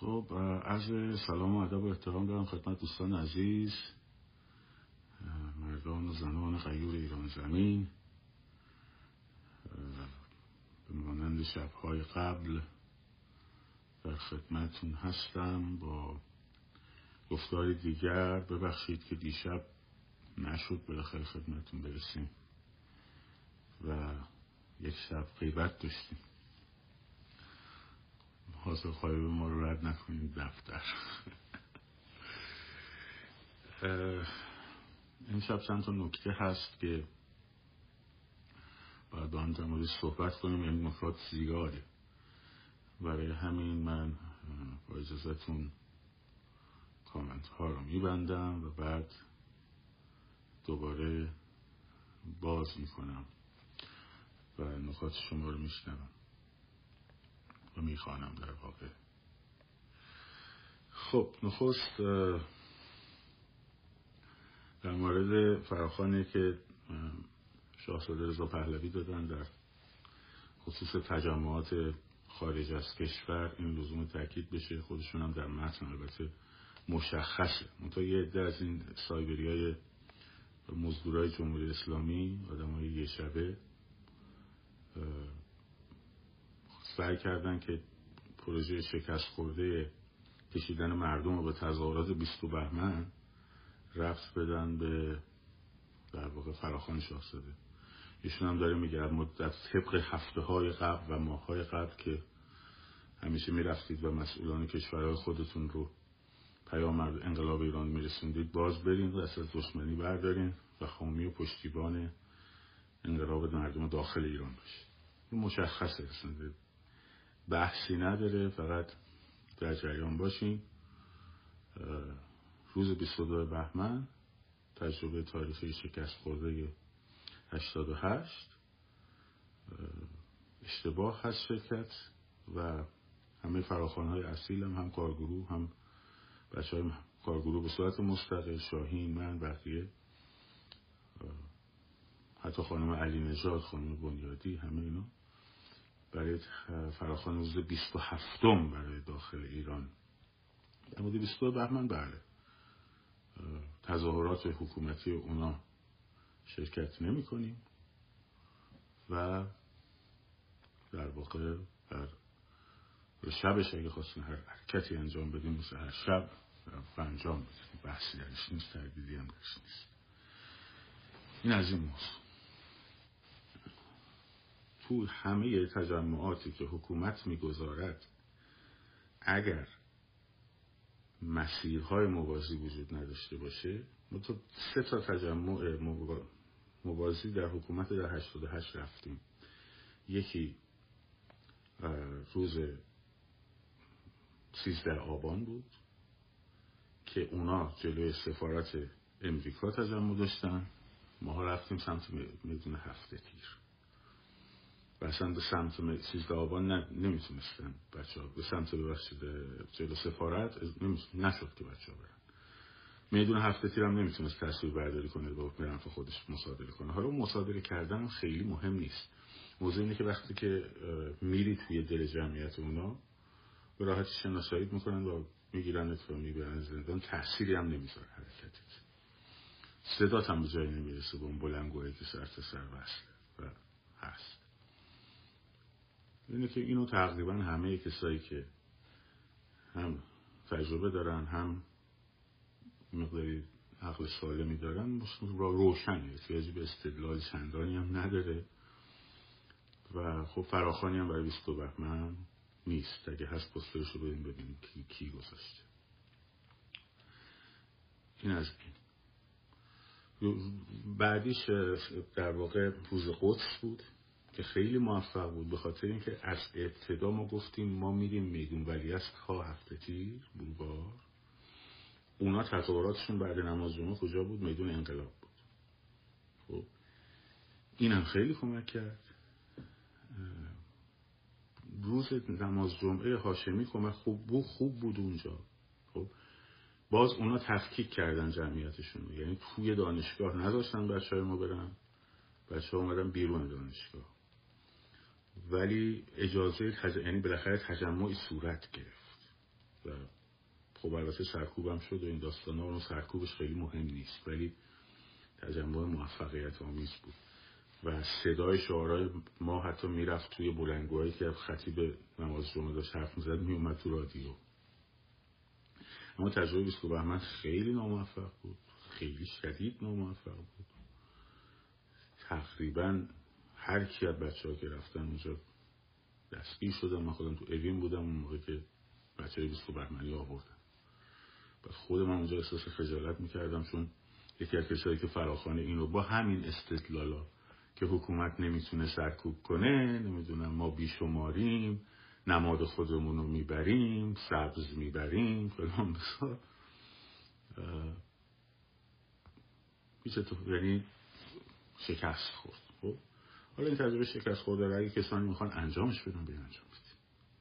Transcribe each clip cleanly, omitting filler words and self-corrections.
خب عرض سلام و ادب و احترام دارم خدمت دوستان عزیز، مردان و زنان غیور ایران زمین. به مانند شب‌های قبل در خدمتون هستم با گفتاری دیگر. ببخشید که دیشب نشد بالاخره خدمتون برسیم و یک شب غیبت داشتیم. حاضر خواهی به ما رو رد نکنید دفتر. این شب چند تا نکته هست که باید با هم در موردش صحبت کنیم، یعنی نکات زیاده. برای همین من با اجازهتون کامنت ها رو میبندم و بعد دوباره باز میکنم و نکات شما رو میشنوم و میخوانم در واقع. خب نخست در مورد فراخوانی که شاهزاده رضا پهلوی دادن در خصوص تجمعات خارج از کشور، این لزوم تاکید بشه. خودشون هم در متن البته مشخصه، منتها یه عده از این سایبریای مزدورای جمهوری اسلامی، آدمای یه شبه، سعی کردن که پروژه شکست خورده کشیدن مردم رو به تظاهرات 20 بهمن ربط بدن به در واقع فراخوان شاهزاده. ایشون هم داره میگه مدت طبق هفته‌های قبل و ماه‌های قبل که همیشه میرفتید و مسئولان کشورهای خودتون رو پیام انقلاب ایران میرسوندید، باز برین و از دشمنی بردارین و حامی و پشتیبان انقلاب مردم داخل ایران باشید. این مشخصه، بحثی نداره، فقط در جریان باشین. روز 22 بهمن تجربه تاریخی شکست خورده 88 اشتباه هست شرکت و همه فراخوان‌های اصیل هم کارگروه، هم بچه‌های کارگروه به صورت مستقل، شاهین، من، بقیه، حتی خانم علی نژاد، خانم بنیادی، همه اینا برای فراخوان روز 27م برای داخل ایران در مورد 22 بهمن بله تظاهرات حکومتی اونا شرکت نمی کنیم و در واقع در شبش اگه خواستین هر حرکتی انجام بدیم مثل هر شب انجام بدیم، بحثی درش نیست، تردیدی هم درش نیست. این از این موضوع. تو همه تجمعاتی که حکومت میگذارد اگر مسیرهای موازی وجود نداشته باشه، ما تو 3 تا تجمع موازی در حکومت در 88 رفتیم. یکی روز 13 آبان بود که اونا جلوی سفارت امریکا تجمع داشتن، ما رفتیم سمت میدون هفته تیر و اصلا به سمت 13 آبان نمیتونستن بچه ها به سمت جلو سفارت نشد که بچه ها برن. میدون هفته تیر هم نمیتونست تصویر برداری کنه و به نفع خودش مصادره کنه. حالا مصادره کردن خیلی مهم نیست، موضوع اینه که وقتی که میری توی دل جمعیت اونا به راحتی شناسایی میکنن و میگیرنت و میبرن زندان، تأثیری هم نمیذاره حرکتت، صدات هم به جایی نمیرسه با اون بلندگوهی که سر تا سر وصله و هست. اینه که اینو تقریبا همه کسایی که هم تجربه دارن هم مقداری عقل سالمی دارن را روشنه، احتیاجی به استدلال چندانی هم نداره و خب فراخوانی هم برای 22 بهمن نیست. اگه هست پسترش رو ببینیم کی گذاشته. این از این. بعدیش در واقع روز قدس بود که خیلی موفق بود، به خاطر اینکه از ابتدا ما گفتیم ما میریم میدون ولیعصر ها هفته تیر بولوار. اونا تظاهراتشون بعد نماز جمعه کجا بود؟ میدون انقلاب بود. خب این هم خیلی کمک کرد. روز نماز جمعه هاشمی کمک خوب بود اونجا. خب باز اونا تفکیک کردن جمعیتشون، یعنی توی دانشگاه نذاشتن بچهای ما برن، بچه‌ها اومدن بیرون دانشگاه، ولی اجازه یعنی بالاخره تجمعی صورت گرفت و خب البته سرکوبم شد و این داستانا، اون سرکوبش خیلی مهم نیست، ولی تجمع موفقیت آمیز بود و صدای شعارهای ما حتی میرفت توی بلندگوهایی که خطیب نماز جمعه داشت حرف میزد میومد تو رادیو. اما تجربه بیسکو بهمن خیلی ناموفق بود، خیلی شدید ناموفق بود. تقریبا هر کی از بچه‌ها که رفتن اونجا دستگیر شدن. من خودم تو اوین بودم اون موقع که بچه‌های بیسکو بهمنی آوردن. بعد خود من اونجا احساس خجالت میکردم، چون یکی از کسایی که فراخوان اینو با همین استدلالا که حکومت نمیتونه سرکوب کنه، نمیدونم ما بیشماریم، نماد خودمون رو میبریم، سبز میبریم فلان بسار، یعنی شکست خورد. خب حالا این تجربه شکست خورده رو اگه کسانی میخوان انجامش بدن به انجام بدید.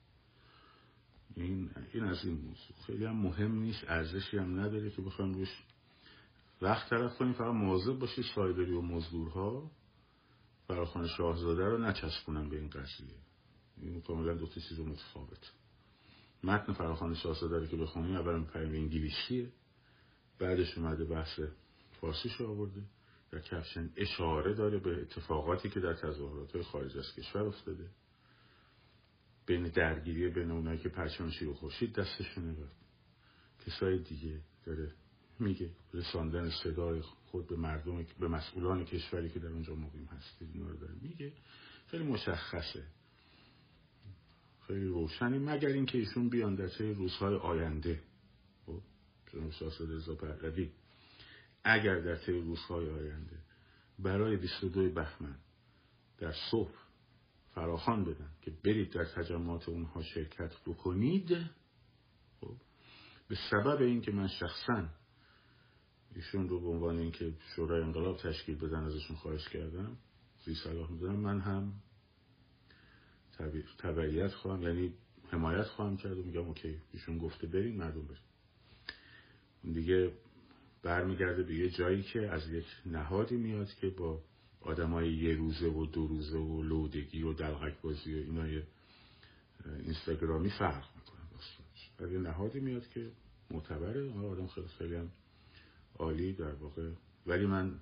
این از این موضوع خیلی هم مهم نیست، ارزشی هم نداره که بخوایم روش وقت تلف کنیم. فقط مواظب باشید سایبری و مزدورها فراخوان شاهزاده رو نچسبونن به این قضیه. این کاملا دو تا چیز متفاوته. متن فراخوان شاهزاده رو که بخونیم اولا به انگلیسیه، بعدش اومده بحث فارسیش آورده، در کپشن اشاره داره به اتفاقاتی که در تظاهرات خارج از کشور افتاده، بین درگیری بین اونایی که پرچم شیر و خورشید دستشونه و کسای دیگه، داره میگه رساندن صدای خود به مردم، به مسئولان کشوری که در اونجا مقیم هستید، اینا رو داره میگه. خیلی مشخصه، خیلی روشنی، مگر اینکه ایشون بیان در طی روزهای آینده، جناب شاهزاده رضا پهلوی اگر در طی روزهای آینده برای 22 بهمن در صبح فراخوان بدن که برید در تجمعات اونها شرکت بکنید، خب به سبب اینکه من شخصا ایشون رو به عنوان اینکه شورای انقلاب تشکیل بدن ازشون خواهش کردم، زی صلاح میدونم، من هم تبعیت خواهم، یعنی حمایت خواهم کرد و میگم اوکی ایشون گفته بریم مردم بریم. دیگه برمیگرده به یه جایی که از یک نهادی میاد که با آدمای یه روزه و دو روزه و لودگی و دلغک بازی و اینای اینستاگرامی فرق میکنه داستانش. از یه نهادی میاد که معتبره، آدم خیلی خیلی هم عالی در واقع، ولی من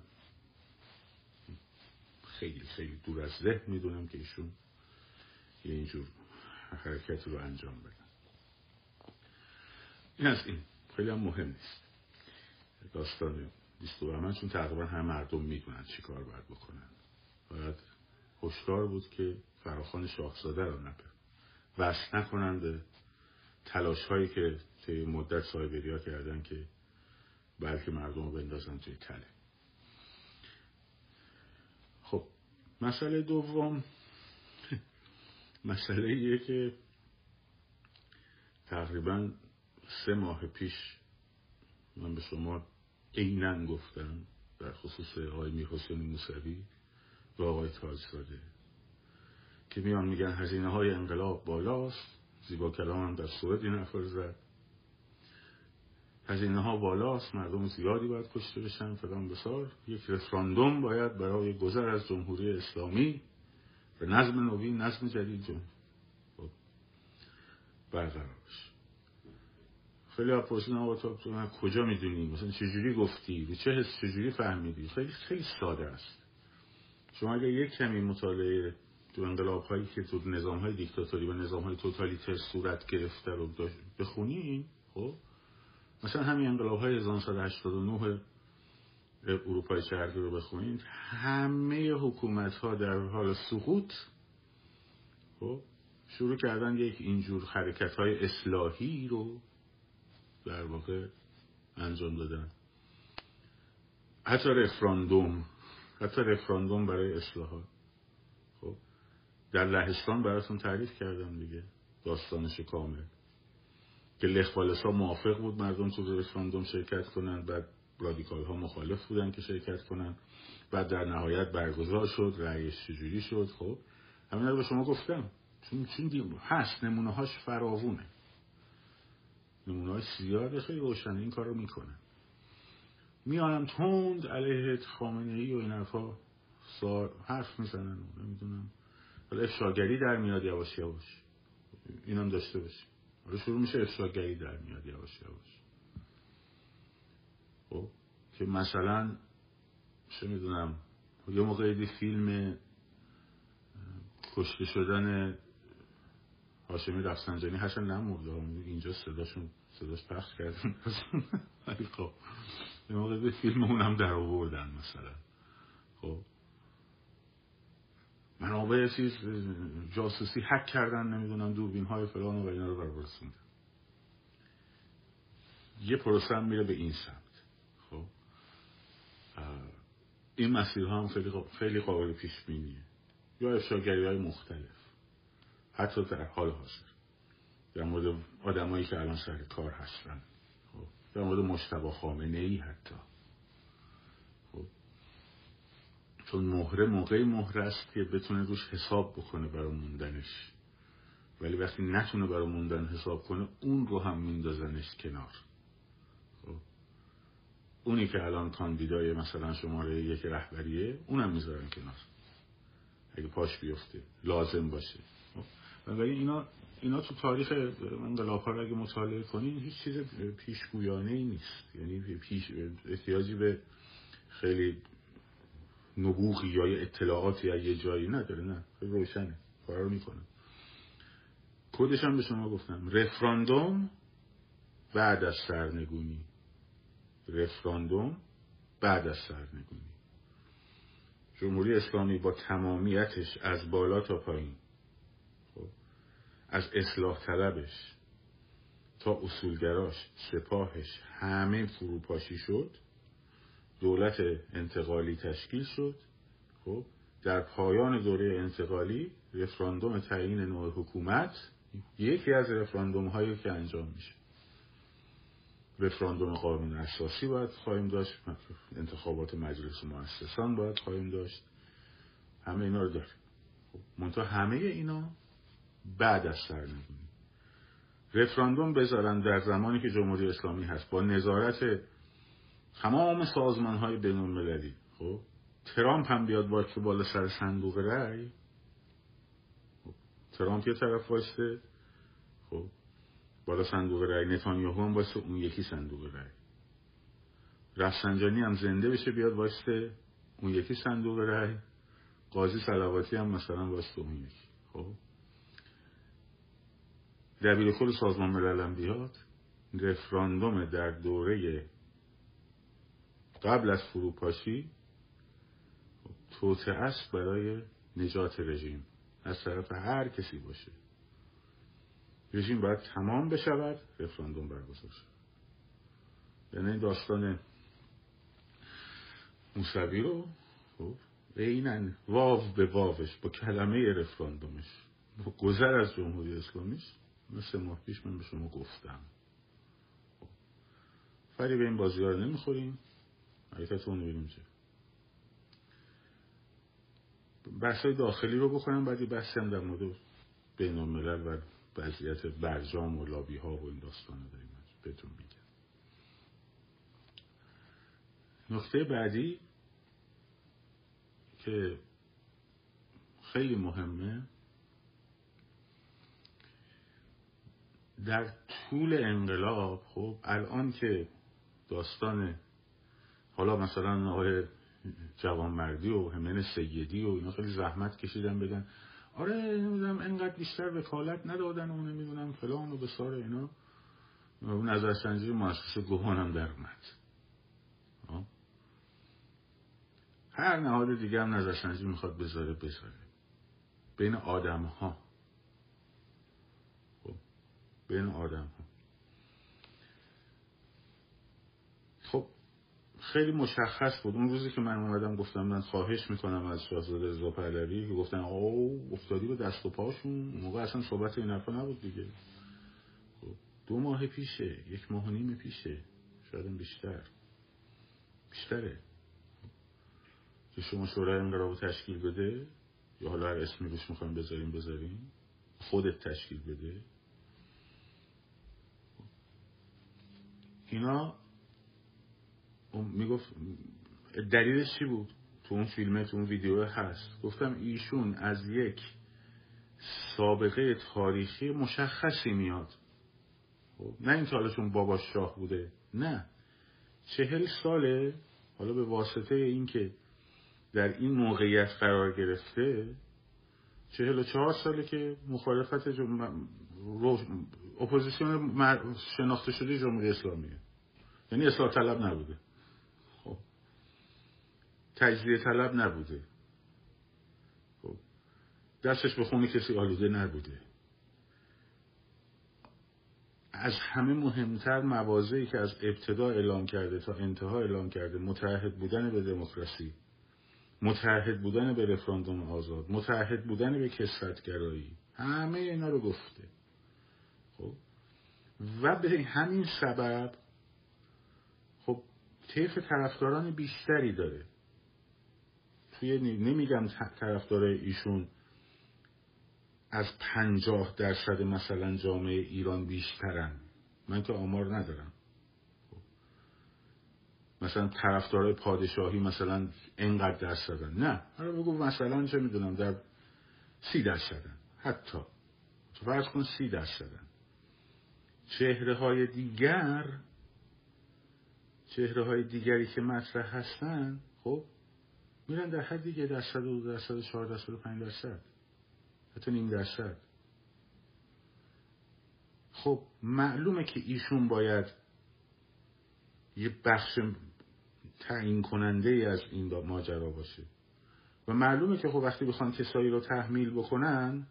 خیلی خیلی دور از ذهن میدونم که ایشون یه اینجور حرکت رو انجام بدن. این از این خیلی هم مهم نیست داستان 22 بهمن، چون تقریبا هم مردم میدونن چی کار باید بکنن. باید هشدار بود که فراخوان شاهزاده رو وصل نکنن به تلاش هایی که طی مدت سایبریا کردن که بلکه مردم رو بندازن توی تله. خب مسئله دوم مسئله ایه که تقریبا 3 ماه پیش من به شما عیناً گفتم در خصوص آقای میرحسین موسوی و آقای تاج‌زاده که میان میگن هزینه های انقلاب بالاست. زیبا کلام هم در سوئد این حرف رو زد، هزینه ها بالاست، مردم زیادی باید کشته بشن فلان بسار، یک رفراندوم باید برای گذر از جمهوری اسلامی به نظم نوین، نظم جدید برقرار بشه. خیلی ها پرسیدن آقا تو کجا میدونی، مثلا چجوری گفتی، رو چه حس، چجوری فهمیدی؟ خیلی خیلی ساده است. شما اگر یک کمی مطالعه تو انقلاب هایی که تو نظام های دیکتاتوری و نظام های توتالیتر صورت گرفته رو بخونین، خب مثلا همین انقلاب های 1989 اروپای شرقی رو بخونین، همه حکومت ها در حال سقوط خب شروع کردن یک اینجور حرکت های اصلاحی رو در واقع انجام دادن. حتی رفراندوم برای اصلاحات. خب در لهستان براتون تعریف کردم دیگه داستانش کامل، که لخ والسا موافق بود مردم تو رفراندوم شرکت کنن، بعد رادیکال ها مخالف بودن که شرکت کنن، بعد در نهایت برگزار شد، رأیش چجوری شد. خب همین رو به شما گفتم، چون هست نمونه هاش فراوونه، نمونه های زیاده، خیلی روشنه این کار رو میکنن. میانم تند علیه خامنه ای و این حرف میزنن، نمیدونم حالا افشاگری در میاد یواش یواش، اینم داشته باشیم. حالا شروع میشه افشاگری در میاد یواش یواش. خب که مثلا چه میدونم یه موقعی فیلم کشته شدن هاشمی رفسنجانی هاشم نمورده، اینجا صداش پخش کردن ولی خب یه موقعی فیلم اونم در آوردن مثلا. خب منابع چیز جاسوسی هک کردن، نمیدونم دوربین های فلان و اینا رو بررسوندن. یه پروسه هم میره به این سمت. خب این مسیرها هم خیلی قابل پیش بینیه، یا افشاگری های مختلف حتی در حال حاضر در مورد آدمایی که الان سر کار هستن. خب در مورد مجتبی خامنه‌ای حتی. خب چون موقعی مهره است که بتونه روش حساب بکنه برای موندنش، ولی وقتی نتونه برای موندن حساب کنه اون رو هم میندازنش کنار. خب اونی که الان کاندیدای مثلا شماره 1 رهبریه اونم میذارن کنار اگه پاش بیفته لازم باشه. ولی اینا تو تاریخ انقلاب‌ها رو اگه مطالعه کنین هیچ چیز پیشگویانه‌ای نیست، یعنی احتیاجی به خیلی نبوغی یا اطلاعاتی از یه جایی نداره، نه خیلی روشنه کارا رو میکنه. کدش هم به شما گفتم، رفراندوم بعد از سرنگونی، رفراندوم بعد از سرنگونی. جمهوری اسلامی با تمامیتش از بالا تا پایین، از اصلاح طلبش تا اصولگراش، سپاهش، همه فروپاشی شد، دولت انتقالی تشکیل شد. خب در پایان دوره انتقالی رفراندوم تعیین نوع حکومت یکی از رفراندوم هایی که انجام میشه. رفراندوم قانون اساسی باید خواهیم داشت، انتخابات مجلس مؤسسان باید خواهیم داشت، همه اینا رو داریم. خب منتها همه اینا بعد از سرنگونی. رفراندوم بذارن در زمانی که جمهوری اسلامی هست با نظارت تمام سازمان‌های بین‌المللی. خب ترامپ هم بیاد بالا سر صندوق رأی، خب ترامپ یه طرف واسه، خب بالا صندوق رأی، نتانیاهو هم واسه اون یکی صندوق رأی، رفسنجانی هم زنده بشه بیاد واسه اون یکی صندوق رأی، قاضی صلواتی هم مثلا واسه اون یکی. خب دبیرکل سازمان ملل هم بیاد، رفراندوم در دوره قبل از فروپاشی توطئه است برای نجات رژیم از طرف هر کسی باشه. رژیم باید تمام بشود، رفراندوم برگزار شد. یعنی داستان موسوی رو خب عیناً واو به واوش با کلمه رفراندومش با گذر از جمهوری اسلامیش 3 ماه پیش من به شما گفتم. فری به این بازی ها رو نمیخوریم. حقیقتون رو ببینیم چه بحثای داخلی رو بکنم، بعدی بحثی هم در مورد بین الملل و وضعیت برجام و لابی ها و این داستان رو داریم بهتون میگم. نکته بعدی که خیلی مهمه، در طول انقلاب خب الان که داستان حالا مثلا آقای جوانمردی و همین سیدی و اینا خیلی زحمت کشیدن بگن آره نمیدونم انقدر بیشتر وکالت ندادن و نمیدونم فلان و بسار اینا، اون نظرسنجی مؤسسه گوهان هم در اومد. هر نهاد دیگه هم نظرسنجی میخواد بذاره بین آدم ها. خب بین آدم ها خب خیلی مشخص بود اون روزی که من اومدم گفتم من خواهش میکنم از شاهزاده رضا پهلوی که گفتن افتادی به دست و پاشون، اون موقع اصلا صحبت این حرفا نبود دیگه. خب 2 ماه پیشه، 1.5 ماه پیشه، شاید بیشتره که شما شورای انقلاب تشکیل بده، یا حالا هر اسمی روش میخوایم بذاریم خودت تشکیل بده. اینا میگفت دلیلش چی بود؟ تو اون فیلمه، تو اون ویدیو هست. گفتم ایشون از یک سابقه تاریخی مشخصی میاد خب نه این حالا چون باباش شاه بوده، نه 40 ساله حالا به واسطه این که در این موقعیت قرار گرفته 44 ساله که مخالفت اپوزیسیون شناخته شده جمهوری اسلامیه، یعنی اصلاح طلب نبوده، خب تجزیه طلب نبوده، خب دستش به خون کسی آلوده نبوده. از همه مهمتر مواضعی که از ابتدا اعلام کرده تا انتها اعلام کرده، متعهد بودن به دموکراسی، متعهد بودن به رفراندوم آزاد، متعهد بودن به کثرت‌گرایی، همه اینا رو گفته. خب و به همین سبب خب طیف طرفداران بیشتری داره. توی نمیگم طرفدارای ایشون از 50% مثلا جامعه ایران بیشترن، من که آمار ندارم. مثلا طرفدارای پادشاهی مثلا اینقدر درصدن، نه حالا بگو مثلا چه میدونم در 30%، حتی فرض کن 30%. چهره های دیگری که مطرح هستن خب میرن در حد 1%، 2%، 4%، 5%، حتی نیم درصد. خب معلومه که ایشون باید یه بخش تعیین کننده ای از این ماجرا باشه و معلومه که خب وقتی بخوان کسایی رو تحمیل بکنن،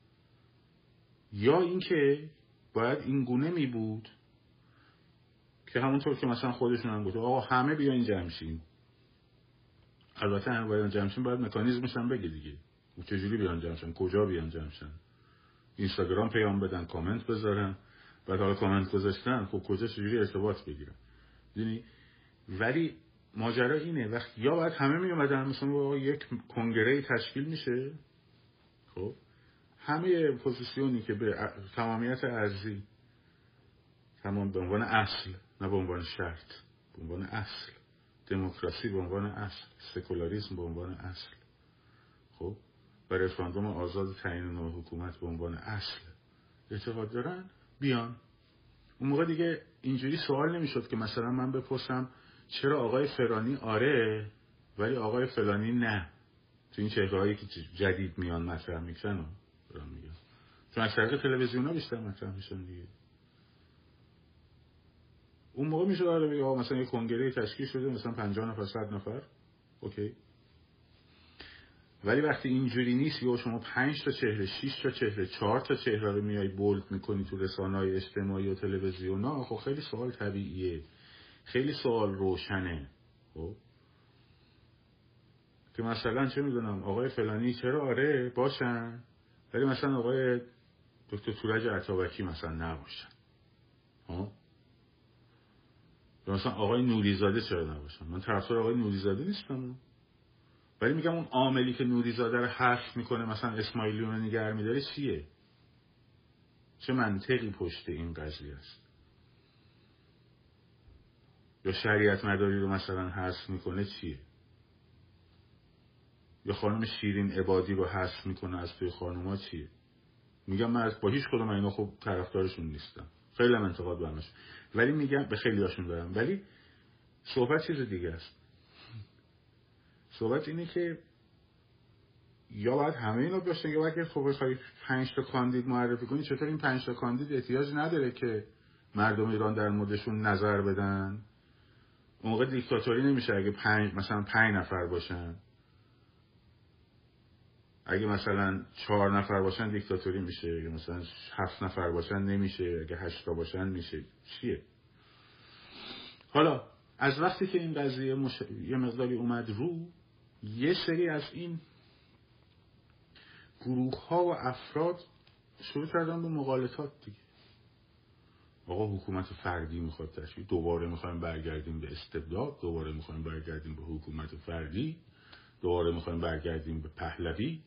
یا اینکه باید این گونه می بود که همونطور که مثلا خودشون هم گفته آقا همه بیاین جمع شیم. البته همه بیان جمع شیم باید مکانیزمش هم بگه دیگه، چجوری بیان جمع شن، کجا بیان جمع شن، اینستاگرام پیام بدن، کامنت بذارن، بعد حالا کامنت گذاشتن خب کجا چجوری ارتباط بگیرن، یعنی ولی ماجرا اینه وقت یا باید همه می اومدن، مثلا یک کنگره تشکیل میشه، خب همه پوزیسیونی که به تمامیت ارضی، تمام به عنوان اصل نه به عنوان شرط، به عنوان اصل، دموکراسی به عنوان اصل، سکولاریسم به عنوان اصل، خب و رفراندوم آزاد تعیین نوع حکومت به عنوان اصل اعتقاد دارن، بیان. اون موقع دیگه اینجوری سوال نمیشد که مثلا من بپرسم چرا آقای فلانی آره ولی آقای فلانی نه، تو این چهرهایی که جدید میان مطرح میشن دارم میگم، چون از طریق تلویزیونا بیشتر مطرح میشن دیگه. اون موقع میشه داره بگه مثلا یه کنگره تشکیل شده مثلا 50 نفر 100 نفر، اوکی. ولی وقتی اینجوری نیست، یا شما 5 تا چهره، 6 تا چهره، 4 تا چهره رو میای بولد میکنی تو رسانه‌های اجتماعی و تلویزیونا، خب خیلی سوال طبیعیه، خیلی سوال روشنه. خب که مثلا چه میدونم آقای فلانی چرا آره باشن ولی مثلا آقای دکتر تورج عطابکی مثلا نباشن، ها، مثلا آقای نوریزاده چرا نباشن. من طرفدار آقای نوریزاده نیستم، ولی میگم اون عاملی که نوریزاده رو حذف میکنه مثلا اسماعیلیون رو نگه میداره چیه؟ چه منطقی پشت این قضیه است؟ یا شریعت مداری رو مثلا حذف میکنه چیه؟ یا خانم شیرین عبادی رو حذف میکنه از توی خانوما چیه؟ میگم من با هیچ کدوم اینا خب طرفدارشون نیستم، خیلی هم انتقاد برمش، ولی میگم به خیلی هاشون دارم، ولی صحبت چیز دیگه است. صحبت اینه که یا باید همه اینا باشن یا باید خب بخوای 5 تا کاندید معرفی کنی. چطور این 5 تا کاندید احتیاج نداره که مردم ایران در موردشون نظر بدن؟ اون موقع دیکتاتوری نمیشه اگه مثلا 5 نفر باشن، اگه مثلا 4 نفر باشن دیکتاتوری میشه، اگه مثلا 7 نفر باشن نمیشه، اگه 8 تا باشن میشه. چیه؟ حالا از وقتی که این قضیه یه مقداری اومد رو، یه سری از این گروه ها و افراد شروع کردن به مغالطات دیگه. آقا حکومت فردی میخواد تشکیل، دوباره میخوایم برگردیم به استبداد، دوباره میخوایم برگردیم به حکومت فردی، دوباره میخوایم برگردیم به پهلوی.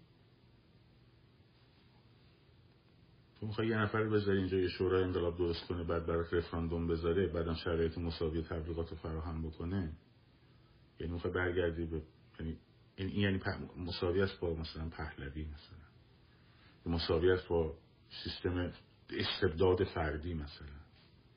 تو میخوای یه نفر بذاری اینجا یه شورای انقلاب درست کنه، بعد برات رفراندوم بذاره، بعدم شرایط مساوی تبلیغات رو فراهم بکنه، یعنی میخوای برگردی به یعنی مساوی است با مثلا پهلوی، مثلا مساوی است با سیستم استبداد فردی مثلا.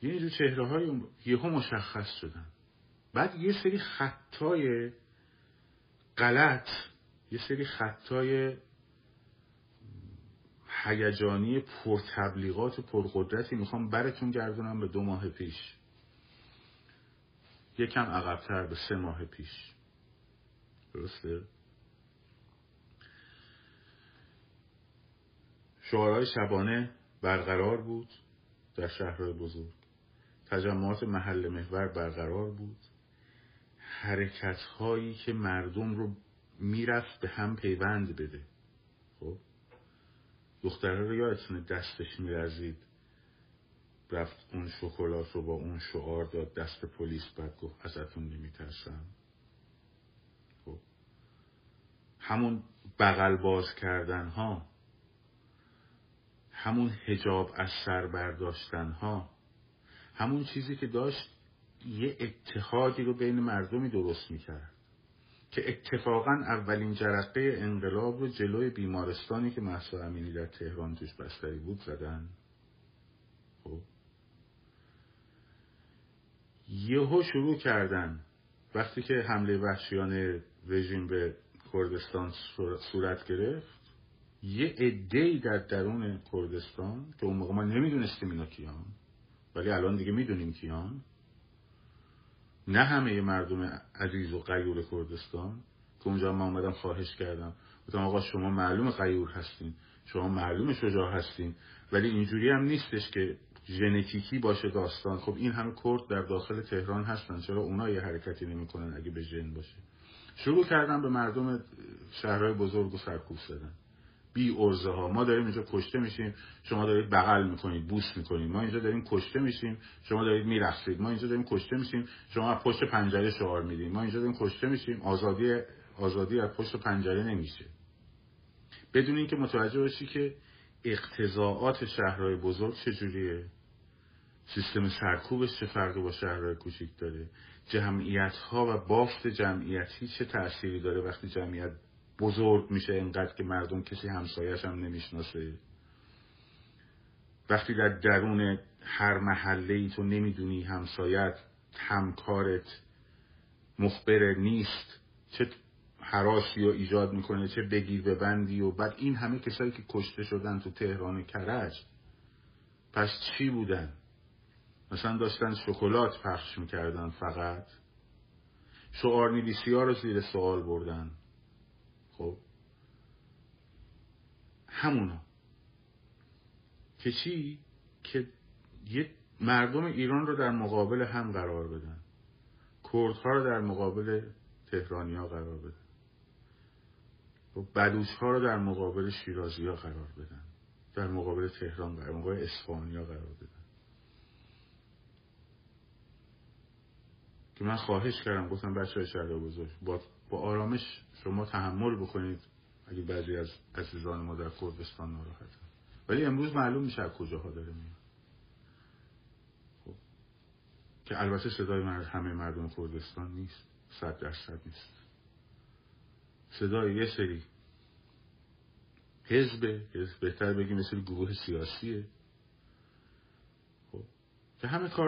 یه جور چهره های یهو مشخص شدن. بعد یه سری خطای غلط، یه سری خطای هیجانی پرتبلیغات و پرقدرتی میخوام براتون گردونم به 2 ماه پیش، یکم عقب‌تر به 3 ماه پیش. درسته؟ شعارهای شبانه برقرار بود در شهرهای بزرگ، تجمعات محل محور برقرار بود، حرکت‌هایی که مردم رو میرفت به هم پیوند بده. خب دختره رو یادتونه دستش میرزید، رفت اون شکلات رو با اون شعار داد دست پلیس، بعد گفت ازتون نمیترسم. خب همون بغل باز کردن ها، همون حجاب از سر برداشتن ها، همون چیزی که داشت یه اتحادی رو بین مردمی درست میکرد که اتفاقا اولین جرقه انقلاب رو جلوی بیمارستانی که مهسا امینی در تهران توش بستری بود زدن. خب یهو شروع کردن وقتی که حمله وحشیانه رژیم به کردستان صورت گرفت، یه عده‌ای در درون کردستان که اون موقع ما نمیدونستیم اینا کیان، ولی الان دیگه میدونیم کیان، نه همه مردم عزیز و غیور کردستان که اونجا من اومدم خواهش کردم، گفتم آقا شما معلوم غیور هستین، شما معلوم شجاع هستین، ولی اینجوری هم نیستش که ژنتیکی باشه داستان. خب این همه کرد در داخل تهران هستن، چرا اونا یه حرکتی نمی‌کنن اگه به ژن باشه؟ شروع کردن به مردم شهرهای بزرگ و سرکوب زدن، بی ارزه ها. ما داریم اینجا کشته میشیم، شما دارید بغل میکنید، بوس میکنید. ما اینجا داریم کشته میشیم، شما دارید میرقصید. ما اینجا داریم کشته میشیم، شما از پشت پنجره شعار میدید. ما اینجا داریم کشته میشیم، آزادی از پشت پنجره نمیشه. بدون اینکه متوجه باشی که اقتضاعات شهرهای بزرگ چجوریه، سیستم سرکوبش چه فرقی با شهرهای کوچیک داره، جمعیت ها و بافت جمعیتی چه تأثیری داره وقتی جمعیت بزرگ میشه اینقدر که مردم کسی همسایش هم نمیشناسه، وقتی در درون هر محله ای تو نمیدونی همسایت، همکارت مخبر نیست، چه هراسی رو ایجاد میکنه، چه بگیر ببندی. و بعد این همه کسایی که کشته شدن تو تهران کرج پس چی بودن؟ مثلا داشتن شکلات پخش میکردن، فقط شعارنویسی ها رو زیر سوال بردن. خب همونا که چی؟ که یه مردم ایران رو در مقابل هم قرار بدن، کردها رو در مقابل تهرانی ها قرار بدن، بلوچ ها رو در مقابل شیرازی ها قرار بدن، در مقابل تهران در مقابل اصفهانی ها قرار بدن. که من خواهش کردم، گفتم بچه‌های شهر بزرگ با آرامش شما تحمل بکنید اگه بعضی از عزیزان ما در کردستان ناراحتن، ولی امروز معلوم میشه از کجاها داره میاد. خب که البته صدای همه مردم کردستان نیست، 100% نیست، صدای یه سری حزب، بهتر بگیم یه سری گروه سیاسیه. خب که همه کار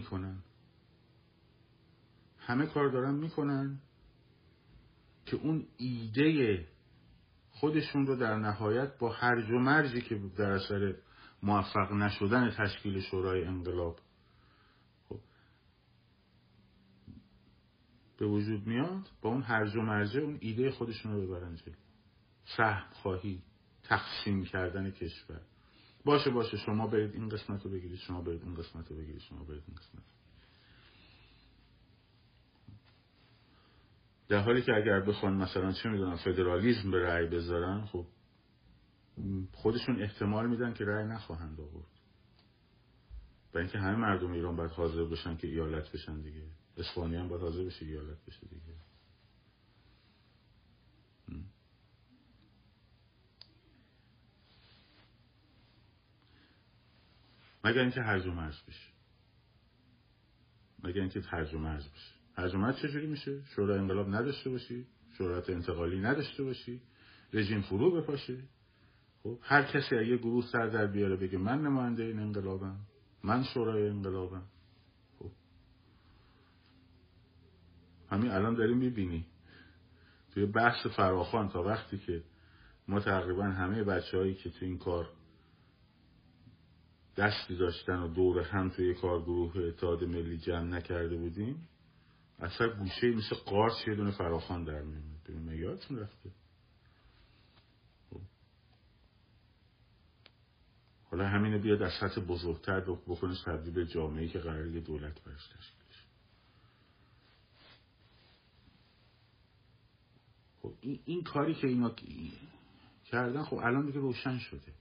دارن میکنن که اون ایده خودشون رو در نهایت با هرج و مرجی که در اثر موفق نشدن تشکیل شورای انقلاب خب به وجود میاد، با اون هرج و مرجه اون ایده خودشون رو ببرن جلو. سهم خواهی، تقسیم کردن کشور. باشه شما برید این قسمت رو بگیرید، شما برید اون قسمت رو بگیرید، شما برید این قسمت. در حالی که اگر بخوان مثلا چه میدونم فدرالیسم به رأی بذارن، خب خودشون احتمال میدن که رأی نخواهند آورد، برای اینکه همه مردم ایران باید حاضر بشن که ایالت بشن دیگه. اصفهانی هم باید حاضر بشه ایالت بشه دیگه. مگر اینکه هرج و مرج بشه. هرج و مرج چجوری میشه؟ شورای انقلاب نداشته باشی، شورایت انتقالی نداشته باشی، رژیم فرو بپاشه. خب هر کسی اگه گروه سر در بیاره بگه من نماینده این انقلابم، من شورای انقلابم. خب همین الان داریم میبینی توی بحث فراخوان تا وقتی که ما تقریبا همه بچه‌هایی که توی این کار دستی داشتن و دور هم توی کارگروه اتحاد ملی جمع نکرده بودیم، اصلا گوشه مثل قارچ یه دونه فراخوان در میومد. ببین یادتون رفته. حالا همینو بیاد از سطح بزرگتر بکنه تبدیل به جامعه‌ای که قراره دولت برش تشکیل شه. خب این کاری که اینا کردن خب الان دیگه روشن شده.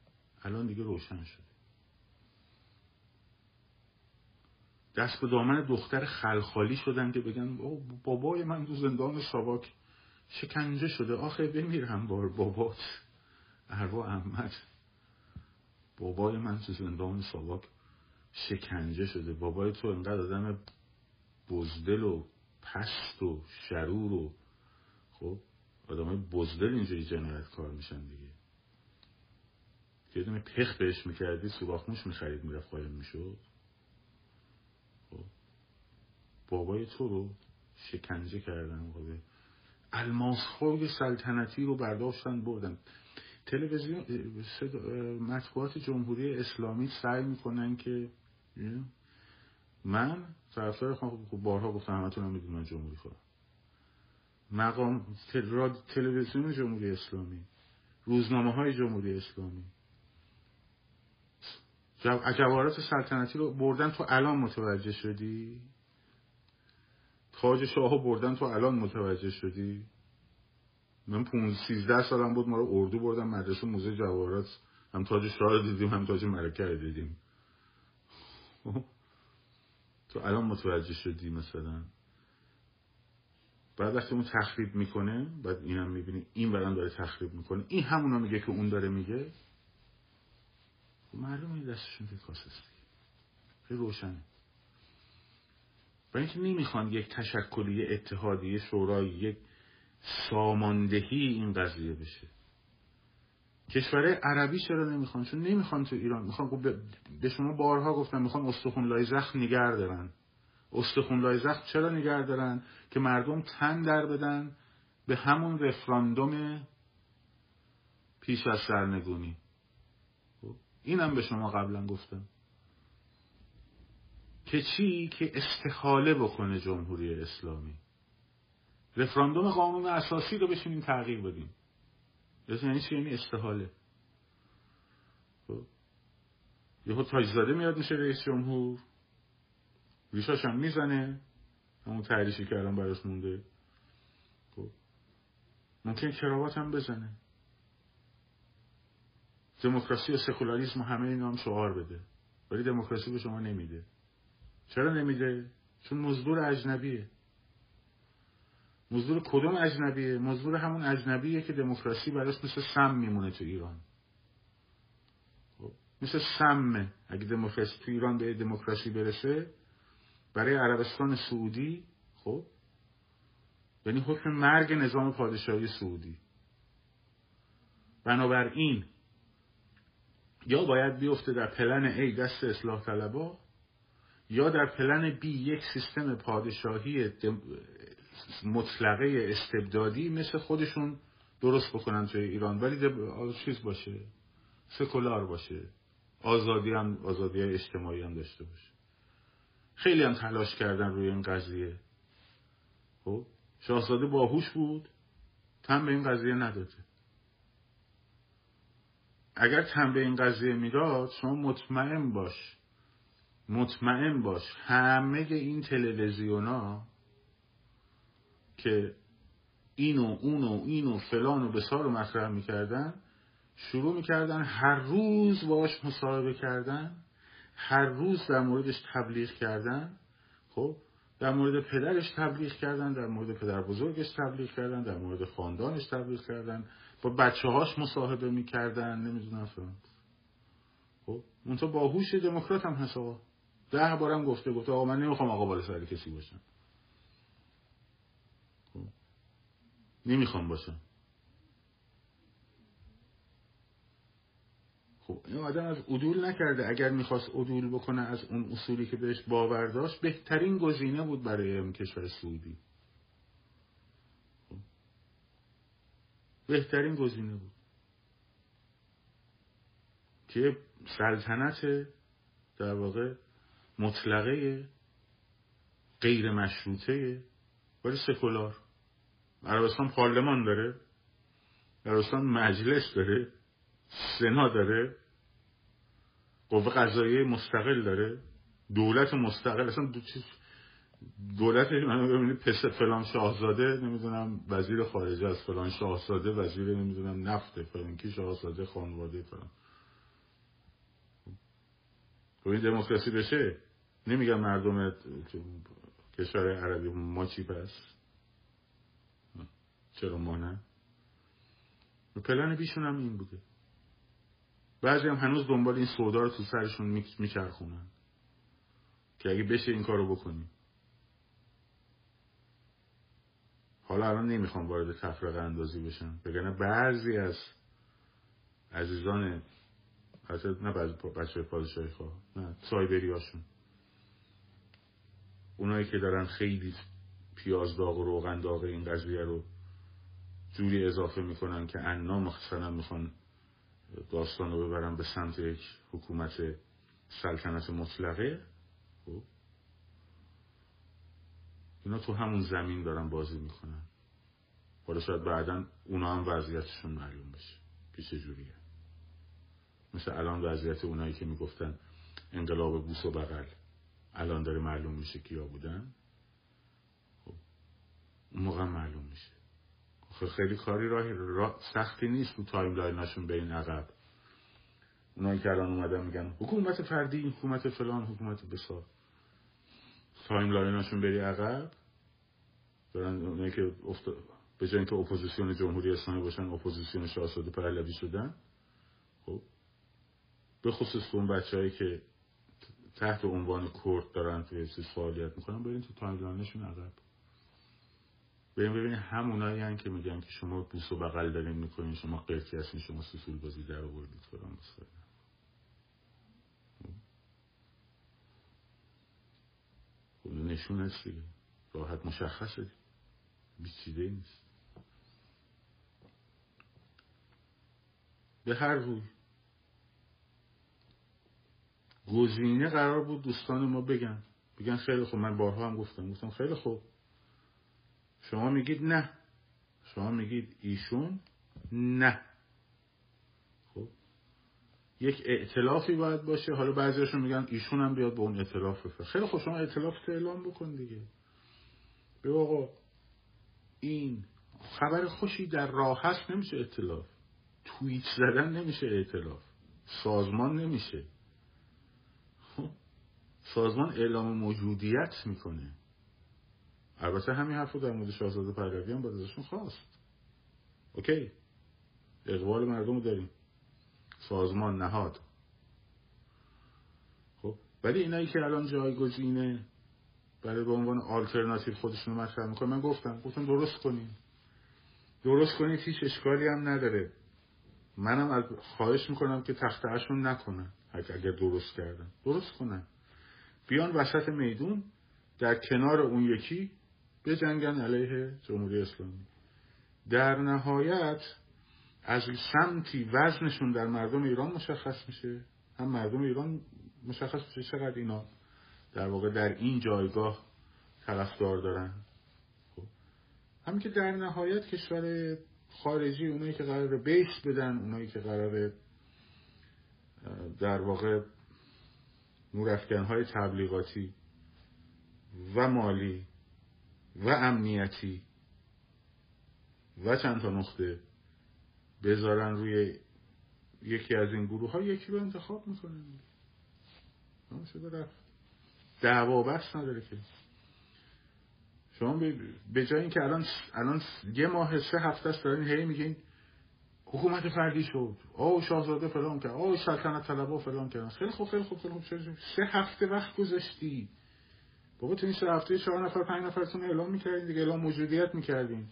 دست به دامن دختر خلخالی شدن که بگن بابای من تو زندان ساواک شکنجه شده. آخه بمیرم بار بابات اروا احمد، بابای من تو زندان ساواک شکنجه شده. بابای تو انقدر آدم بزدل و پست و شرور و خب آدمای بزدل اینجوری جنایتکار میشن دیگه. یه دونه پخ بهش میکردی سوراخ موش میخرید میرفت قایم میشد. خب بابای تو رو شکنجه کردن. الماسخوی سلطنتی رو برداشتن بردن. تلویزیون مطبوعات جمهوری اسلامی سعی میکنن که من طرفدار بارها گفتم همتون هم میدونن جمهوری خواه مقام تلویزیون جمهوری اسلامی، روزنامه های جمهوری اسلامی جواهرات سلطنتی رو بردن. تو الان متوجه شدی؟ تاج شاهو بردن تو الان متوجه شدی؟ من 13 سالم بود ما رو اردو بردن مدرسه موزه جواهرات، هم تاج شاه رو دیدیم هم تاج ملکه رو دیدیم. تو الان متوجه شدی مثلا؟ بعد وقتی اون تخریب میکنه بعد اینم میبینی این برام داره تخریب میکنه، این همونا میگه که اون داره میگه. معلومه دستشون که کاسستی. خیلی روشنه. برای اینکه نمیخوان یک تشکلی اتحادیه شورای یک ساماندهی این قضیه بشه. کشورهای عربی چرا نمیخوان؟ چون نمیخوان تو ایران. میخوان به شما بارها گفتم میخوان استخون لای زخم نگه دارن. استخون لای زخم چرا نگه دارن؟ که مردم تن در بدن به همون رفراندوم پیش از سرنگونی. اینم به شما قبلا گفتم که چی؟ که استحاله بکنه جمهوری اسلامی. رفراندوم قانون اساسی رو بشینیم تغییر بدیم. یعنی چی؟ یعنی استحاله. یهو تاجزاده میاد میشه رئیس جمهور، ریشاش هم میزنه، همون تعریشی که الان براش مونده. ممکن کراوات هم بزنه. دموکراسی و سکولاریسم و همه اینا هم شعار بده، ولی دموکراسی به شما نمیده. چرا نمیده؟ چون مزدور اجنبیه. مزدور کدوم اجنبیه؟ مزدور همون اجنبیه که دموکراسی براش مثل سم میمونه تو ایران. مثل سمه. اگه دموکراسی تو ایران به دموکراسی برسه، برای عربستان سعودی خب یعنی حکم مرگ نظام پادشاهی سعودی. بنابراین یا باید بیفته در پلن A دست اصلاح طلبا، یا در پلن B یک سیستم پادشاهی مطلقه استبدادی مثل خودشون درست بکنن توی ایران، ولی چیز باشه، سکولار باشه، آزادی اجتماعی هم داشته باشه. خیلی هم تلاش کردن روی این قضیه. خب شاهزاده باهوش بود، تن به این قضیه نداده. اگر تن به این قضیه میداد، شما مطمئن باش همه این تلویزیونا که اینو فلان و بسار رو مطرح میکردن، شروع میکردن هر روز باش مصاحبه کردن، هر روز در موردش تبلیغ کردن. خب در مورد پدرش تبلیغ کردن، در مورد پدر بزرگش تبلیغ کردن، در مورد خاندانش تبلیغ کردن، با بچه هاش مصاحبه میکردن، نمیدونم فلان. خب منطقه باهوش دموکرات هم هست آقا. 10 بارم گفته آقا من نمیخوام آقا بالا سر کسی باشم. خب نمیخوام باشم. خب این آدم از عدول نکرده. اگر میخواست عدول بکنه از اون اصولی که بهش باور داشت، بهترین گزینه بود برای کشور سعودی. بهترین گزینه بود که سلطنت در واقع مطلقه غیر مشروطه ولی سکولار. عربستان پارلمان داره، عربستان مجلس داره، سنا داره، قوه قضاییه مستقل داره، دولت مستقل. اصلا دولتش من ببینید پس فلان شاهزاده نمیدونم وزیر خارجه است، فلان شاهزاده وزیر نمیدونم نفت، فلان کی شاهزاده خانواده فلان. این دموکراسی بشه نمیگم مردم کشور عربی ما چی پس؟ چرا ما نه؟ پلن بیشون هم این بوده. بعضی هم هنوز دنبال این سودا رو تو سرشون میچرخونن که اگه بشه این کارو بکنیم. حالا الان نمیخوام وارد تفرقه اندازی بشم، بگم بعضی از عزیزان نه بعضی بچه پادشاهی خواه، نه سایبری هاشون، اونایی که دارن خیلی پیاز داغ و روغن داغ این قضیه رو جوری اضافه میکنن که انا مثلا میخوان داستان رو ببرن به سمت یک حکومت سلطنت مطلقه. خب اینا تو همون زمین دارن بازی میکنن. حالا شاید بعدن اونا هم وضعیتشون معلوم بشه که چجوریه. مثل الان وضعیت اونایی که میگفتن انقلاب بوس و بغل الان داره معلوم میشه کیا بودن. خب اون موقع معلوم میشه. خیلی کاری سختی نیست تو تایملایناشون برین عقب. اونایی که الان اومدن میگن حکومت فردی، حکومت فلان، حکومت بسار، تایملایناشون بری عقب دارن. اونایی که به جای اینکه اپوزیسیون جمهوری اسلامی باشن اپوزیسیون شاهزاده پهلوی شدن. خب به خصوص اون بچه‌هایی که تحت عنوان کرد دارن توی چیز فعالیت میکنن، برین تو تایملاینشون عقب. بریم ببینید همونایی هستن که میگن که شما بوس و بغل دارین میکنین، شما قرتی هستین، شما سوسول بازی در آوردید فلان بسار. خب نشون هست دیگه، راحت مشخصه، بیچیده نیست. به هر روی گزینه قرار بود دوستان ما بگن خیلی خوب. من بارها هم گفتم خیلی خوب، شما میگید نه، شما میگید ایشون نه. خب یک ائتلافی باید باشه. حالا بعضیاشون میگن ایشون هم بیاد به اون ائتلاف بفرست. خیلی خوب، شما ائتلاف اعلام بکن دیگه. بگو آقا این خبر خوشی در راه هست، نمیشه ائتلاف. توییت زدن نمیشه ائتلاف. سازمان نمیشه. سازمان اعلام موجودیت میکنه. البته همین حرف رو در مورد شاهزاده پهلوی هم باید ازشون خواست. اوکی، اقبال مردم رو داریم، سازمان نهاد. خب ولی اینایی که الان جایگزینه برای به عنوان آلترناتیو خودشون رو مطرح میکنن، من گفتم درست کنید، هیچ اشکالی هم نداره. منم خواهش میکنم که تخطئه‌شون نکنن. اگر درست کردن درست کنن، بیان وسط میدون در کنار اون یکی بجنگن علیه جمهوری اسلامی. در نهایت از سمتی وزنشون در مردم ایران مشخص میشه، هم مردم ایران مشخص میشه چقدر اینا در واقع در این جایگاه طرفدار دارن. خب همین که در نهایت کشور خارجی، اونایی که قراره بیس بدن، اونایی که قراره در واقع نورافکن‌های تبلیغاتی و مالی و امنیتی و چند تا نقطه بذارن روی یکی از این گروه ها، یکی رو انتخاب میکنن. شده رفت، دعوا بحث نداره که. شما به جای اینکه الان 1 ماه 3 هفته است دارین هی میگین حکومت فردی شد، شاهزاده فلان کرد، سلطنت طلبها فلان کردن. خیلی خوب 3 هفته وقت گذاشتی بابا. تو این 3 هفته 4 نفر 5 نفرتون اعلام میکردین دیگه، اعلام موجودیت میکردین.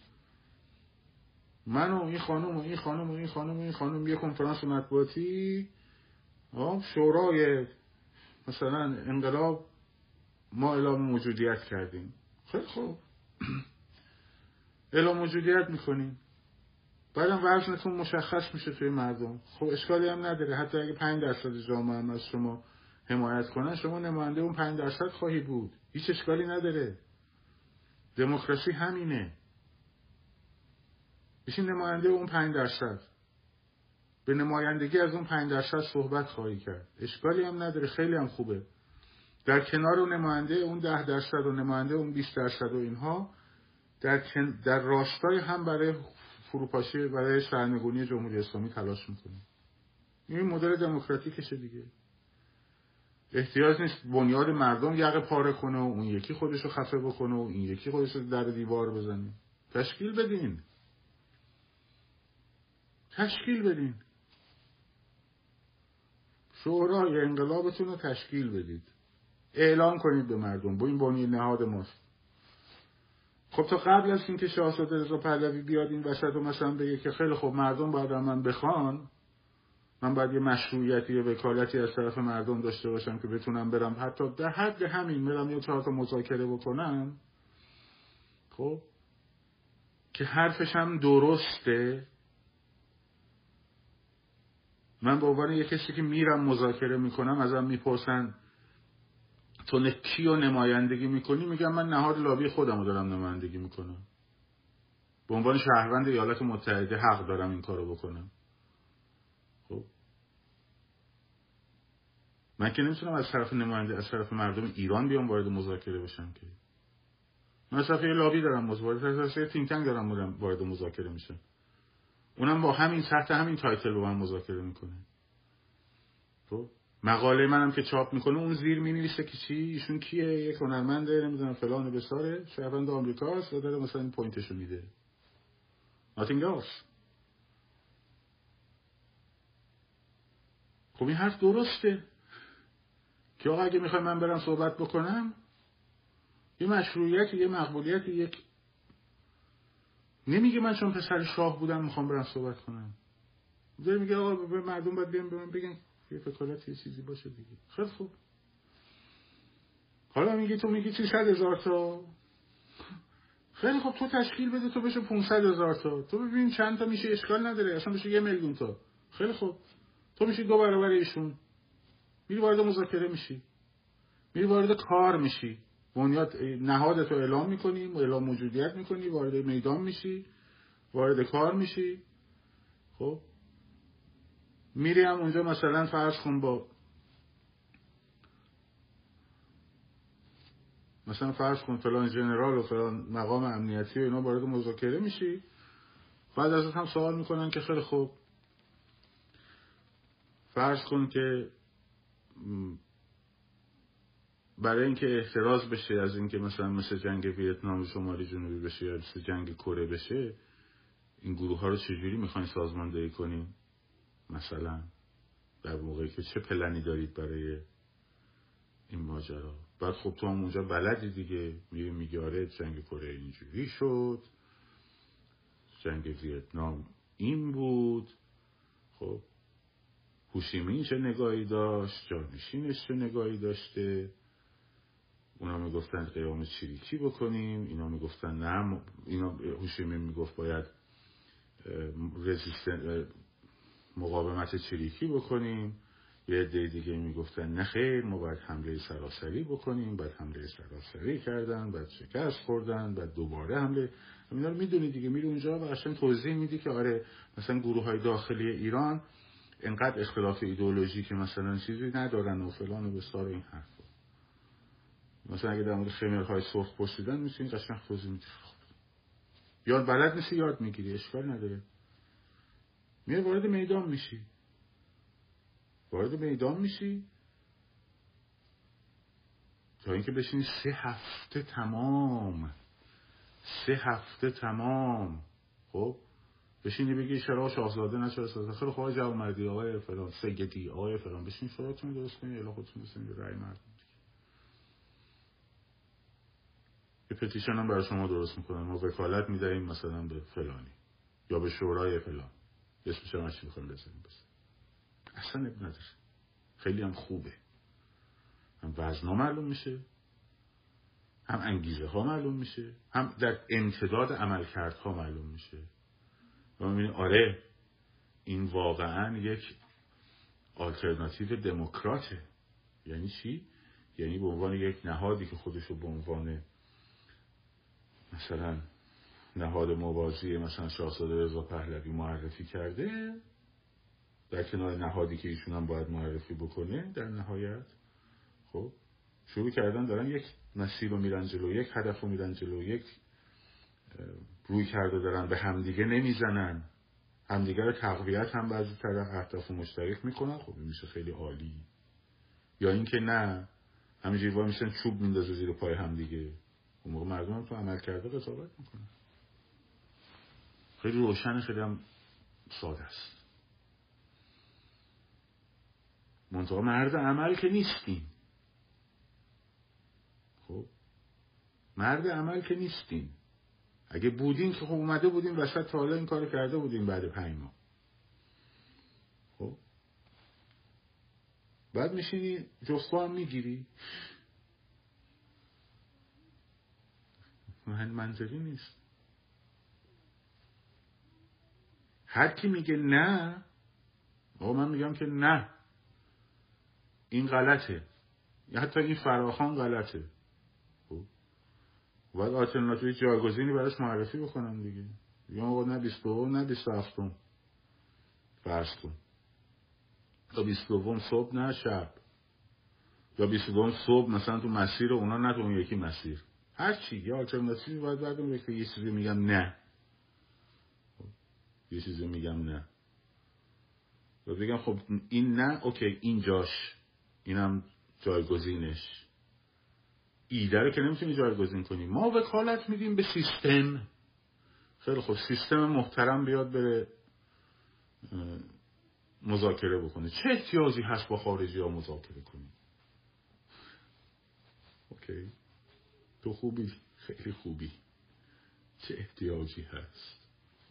من و این خانم و این خانم و این خانم و این خانم یه کنفرانس مطبوعاتی شورای مثلا انقلاب ما اعلام موجودیت کردیم. خیلی خوب، اعلام موجودیت میکنیم، بعدم وزنتون مشخص میشه توی مردم. خب اشکالی هم نداره، حتی اگه 5% جامعه هم از شما حمایت کنن، شما نماینده اون 5% خواهی بود، هیچ اشکالی نداره. دموکراسی همینه، بشین نماینده اون 5%، به نمایندگی از اون 5% صحبت خواهی کرد، اشکالی هم نداره، خیلی هم خوبه. در کنار اون نماینده اون 10% و نماینده اون 20% و اینها در راستای هم برای فروپاشی، برای سرنگونی جمهوری اسلامی تلاش میکنه. این مدل دموکراتیکشه دیگه. احتیاج نیست بنیاد مردم یقه پاره کنه و اون یکی خودشو خفه بکنه و این یکی خودشو در دیوار بزنه. تشکیل بدین. شورای انقلابتون رو تشکیل بدید، اعلام کنید به مردم با این بنیاد نهاد ماست. خب تا قبل از اینکه شاهزاده رضا پهلوی بیاد این وسط و مثلا بگه که خیلی خب مردم باید من بخوان، من باید یه مشروعیتی یا وکالتی از طرف مردم داشته باشم که بتونم برم حتی در حد همین برم یه 4 تا مذاکره بکنم، خب که حرفش هم درسته. من به عنوان یه کسی که میرم مذاکره میکنم ازم میپرسن تو کیو نمایندگی میکنی، میگم من نهاد لابی خودم رو دارم نمایندگی میکنم، به عنوان شهروند ایالات متحده حق دارم این کارو بکنم. خب من که نمیتونم از طرف نماینده، از طرف مردم ایران بیام وارد مذاکره بشم که. من از طرف یه لابی دارم از طرف تینک تانک دارم وارد مذاکره میشم، اونم با همین تحت همین تایتل با من مذاکره میکنه. خب مقاله منم که چاپ میکنه اون زیر مینویسه که چی، ایشون کیه، یک هنرمنده نمیدونم فلان و بساره، شهروند آمریکاست و داره مثلا این پوینتشو میده. nothing else. خب این حرف درسته که آقا اگه میخوای من برم صحبت بکنم، یه مشروعیت، یه مقبولیت، یک نمیگه من چون پسر شاه بودم میخوام برم صحبت کنم، داره میگه آقا به مردم باید بیان به من بگن یه فکالت یه چیزی باشه دیگه. خیلی خوب، حالا میگی تو میگی 300,000 تا، خیلی خوب تو تشکیل بده، تو بشه 500,000 تا، تو ببین چند تا میشه، اشکال نداره، اصلا بشه 1,000,000 تا. خیلی خوب، تو میشی 2 برابر ایشون، میری وارد مذاکره میشی، میری وارد کار میشی، بنیاد نهادتو اعلام میکنی، اعلام موجودیت میکنی، وارد میدان میشی، وارد کار میشی. خب میری هم اونجا مثلا فرض کن با مثلا فرض کن فلان ژنرال و فلان مقام امنیتی و اینا وارد مذاکره میشی، بعد ازت هم سوال میکنن که خیلی خوب فرض کن که برای اینکه احتراز بشه از اینکه مثلا مثل جنگ ویتنام شمالی جنوبی بشه یا مثل جنگ کره بشه، این گروه ها رو چجوری میخواین سازماندهی کنین؟ مثلا در موقعی که چه پلنی دارید برای این ماجرا؟ بعد خب تو هم اونجا بلدی دیگه، میگی آره جنگ کره اینجوری شد، جنگ ویتنام این بود، خب هوشیمین چه نگاهی داشت، جانشینش چه نگاهی داشته، اونا میگفتن قیام چریکی بکنیم، اینا میگفتن نه، اینا هوشیمین میگفت باید مقاومت چریکی بکنیم، یه عده دیگه میگفتن نه خیر ما باید حمله سراسری بکنیم، بعد حمله سراسری کردن، بعد شکست خوردن، بعد دوباره حمله. اینا رو میدونی دیگه، میری اونجا و اصلا توضیح میدی که آره مثلا گروه‌های داخلی ایران انقدر اختلاف ایدئولوژی که مثلا چیزی ندارن و فلان و بسار این حرفا. مثلا اگه در مورد خمرهای سرخ پوشیدن میتونی قشنگ توضیح میدی، یاد بلد نیستی یاد میگیری، اشکال نداره، میای وارد میدان میشی تا اینکه بشینی 3 هفته تمام خب بشینی بگی چرا شاهزاده نه چرا شاهزاده، خیلی خواه جوانمردی آقای فلان سیدی آقای فلان، بشین شوراتون درست کنی، الا خودتون بسید رای مردم، یه پتیشن هم برای شما درست میکنن، ما وکالت میدهیم مثلا به فلانی یا به شورای فلان، اسمش هم چی بخوایم بزنیم، بس اصلا اب نداره. خیلی هم خوبه، هم وزنا معلوم میشه، هم انگیزه ها معلوم میشه، هم در امتداد عملکردها معلوم میشه و میبینی آره این واقعا یک آلترناتیو دموکراته. یعنی چی؟ یعنی به عنوان یک نهادی که خودشو به عنوان مثلا نهاد موازی مثلا شاهزاده رضا پهلوی معرفی کرده، در کنار نهادی که ایشون هم باید معرفی بکنه، در نهایت خب شروع کردن دارن یک مسیر رو میرن جلو، یک هدف رو میرن جلو، یک روی کرده دارن، به همدیگه نمیزنن، همدیگه رو تقویت هم بعضی طرف اهداف مشترک میکنن. خب این میشه خیلی عالی. یا اینکه نه همینجوری وای میشن چوب میندازه زیر پای همدیگه، اون موقع مردم هم تو عمل کرده قضاوت میکنن. خیلی روشن، خیلی هم ساده است. منتها مرد عمل که نیستیم. خب مرد عمل که نیستیم. اگه بودیم که خب اومده بودیم وسط تا حالا این کارو کرده بودیم بعد 5 ماه. خب بعد میشینی جفت‌ها هم میگیری، منطقی نیست. هر کی میگه نه، آقا من میگم که نه این غلطه، یا حتی این فراخوان غلطه. خب باید آلترناتیو جایگزینی براش معرفی بکنم دیگه. یا آقا نه 22 نه 27 فرض کن، تا 22 صبح نه شب، یا 22 صبح مثلا تو مسیر اونا نه تو اون یکی مسیر، هر چی یه آلترناتیوی باید بردم که یه چیزی میگم نه، یه چیزی میگم نه و بگم خب این نه اوکی این جاش، اینم جایگزینش. ایده رو که نمیتونی جایگزین کنی. ما وکالت میدیم به سیستم. خیلی خب سیستم محترم بیاد بره مذاکره بکنه. چه احتیاجی هست با خارجی ها مذاکره کنی؟ اوکی تو خوبی، خیلی خوبی، چه احتیاجی هست؟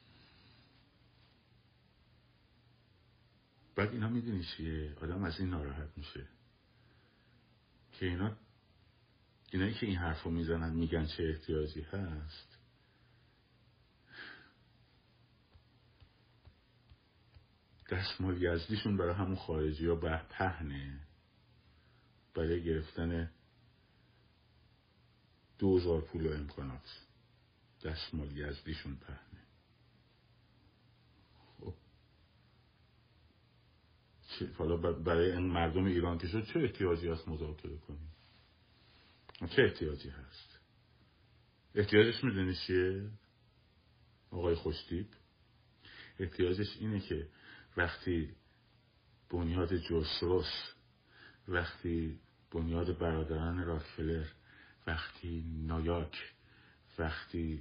بعد اینا میدونی چیه؟ آدم از این ناراحت میشه که اینایی که این حرفو میزنن میگن چه احتیاجی هست، دستمال یزدیشون برای همون خارجی ها پهنه برای گرفتن 2000 پول و امکانات. دستمال یزدیشون پهنه. خب حالا برای این مردم ایران که شد چه احتیاجی هست مذاکره کنیم؟ چه احتیاجی هست؟ احتیاجش میدونی چیه آقای خوشتیپ؟ احتیاجش اینه که وقتی بنیاد جورج، وقتی بنیاد برادران راکفلر، وقتی نایاک، وقتی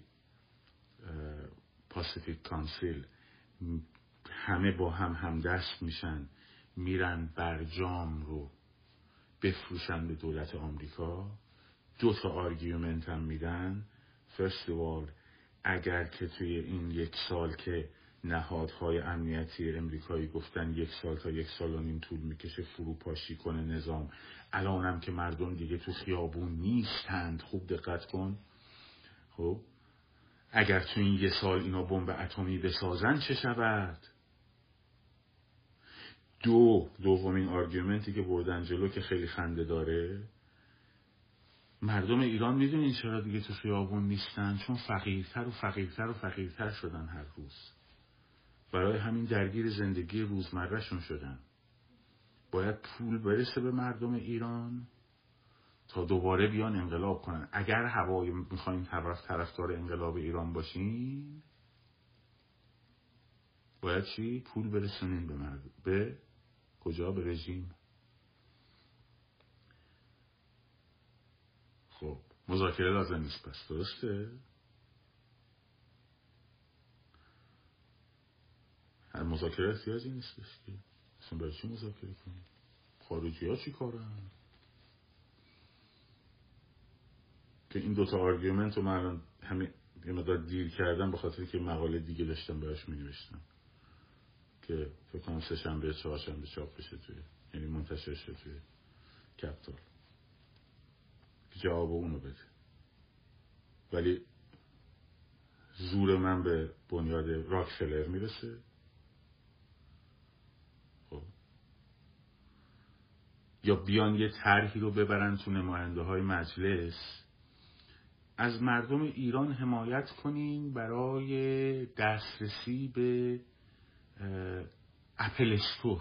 پاسیفیک کانسیل همه با هم همدست میشن میرن برجام رو بفروشن به دولت آمریکا، 2 تا آرگومنت هم میدن. فرست وال اگر که توی این 1 سال که نهادهای امنیتی امریکایی گفتن 1 سال تا 1 سال و نیم طول میکشه فروپاشی کنه نظام، الانم که مردم دیگه تو خیابون نیستند، خوب دقت کن، خب اگر تو این 1 سال اینا بمب اتمی بسازن چه شود؟ دومین آرگومنتی که بردن جلو که خیلی خنده داره، مردم ایران میدونین چرا دیگه تو خیابون نیستن؟ چون فقیرتر و فقیرتر و فقیرتر شدن هر روز، برای همین درگیر زندگی روزمرهشون شدن. باید پول برسه به مردم ایران تا دوباره بیان انقلاب کنن. اگر هوای میخواین طرفدار انقلاب ایران باشین باید چی؟ پول برسونین به مردم. به کجا؟ به رژیم. خب مذاکره لازم نیست پس، درسته؟ هر مذاکره احتیاجی نیستش که اصلا برای چی مذاکره کنیم؟ خارجی ها چی کارن؟ که این 2 تا آرگومنت رو من همین یه مقدار دیر کردم به خاطر که مقاله دیگه داشتم براش می نوشتم که فکر کنم 3 شنبه 4 شنبه چاپ بشه توی یعنی منتشر شد توی کپیتال، که جواب اونو بده. ولی زور من به بنیاد راکفلر میرسه. خب یا بیان یه طرحی رو ببرن تو نماینده های مجلس، از مردم ایران حمایت کنین برای دسترسی به اپل استور،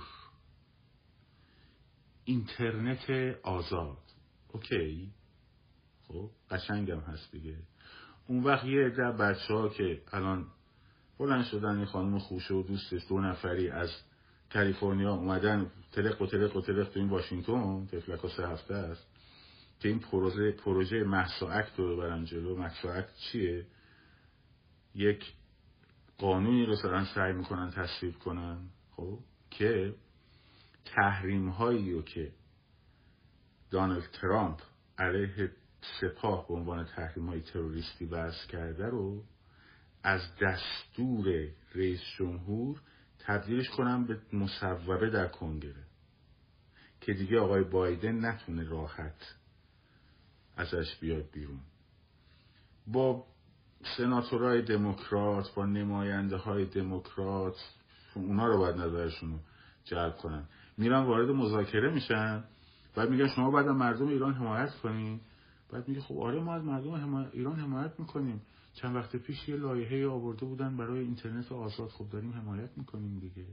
اینترنت آزاد. اوکی، خب قشنگم هست دیگه. اون وقت یه عده بچه‌ها که الان بلند شدن، این خانم خوشه و دوستش 2 نفری از کالیفرنیا اومدن تلق و تلق و تلق تو این واشنگتن، تفلک 3 هفته است که این پروژه مهسا اکت رو ببرن جلو. مهسا اکت چیه؟ یک قانونی رو سعی میکنن تصویب کنن، خب که تحریم هایی رو که دونالد ترامپ علیه سپاه به عنوان تحریم های تروریستی وضع کرده رو از دستور رئیس جمهور تبدیلش کنن به مصوبه در کنگره، که دیگه آقای بایدن نتونه راحت ازش بیاد بیرون. با سناتورهای دموکرات، با نماینده های دموکرات، اونا رو باید نظرشون رو جلب کنن، میرن وارد مذاکره میشن، بعد میگن شما باید مردم ایران حمایت کنین. بعد میگه خب آره ما از مردم ایران حمایت میکنیم، چند وقت پیش یه لایحه‌ای آورده بودن برای اینترنت آزاد، خب داریم حمایت میکنیم دیگه.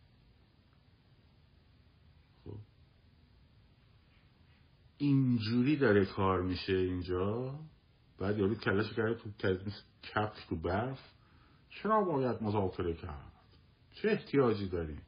خب اینجوری داره کار میشه اینجا. بعد یارو کلاشو کرده تو کپش تو برف، چرا باید مذاکره کرد؟ چه احتیاجی داریم؟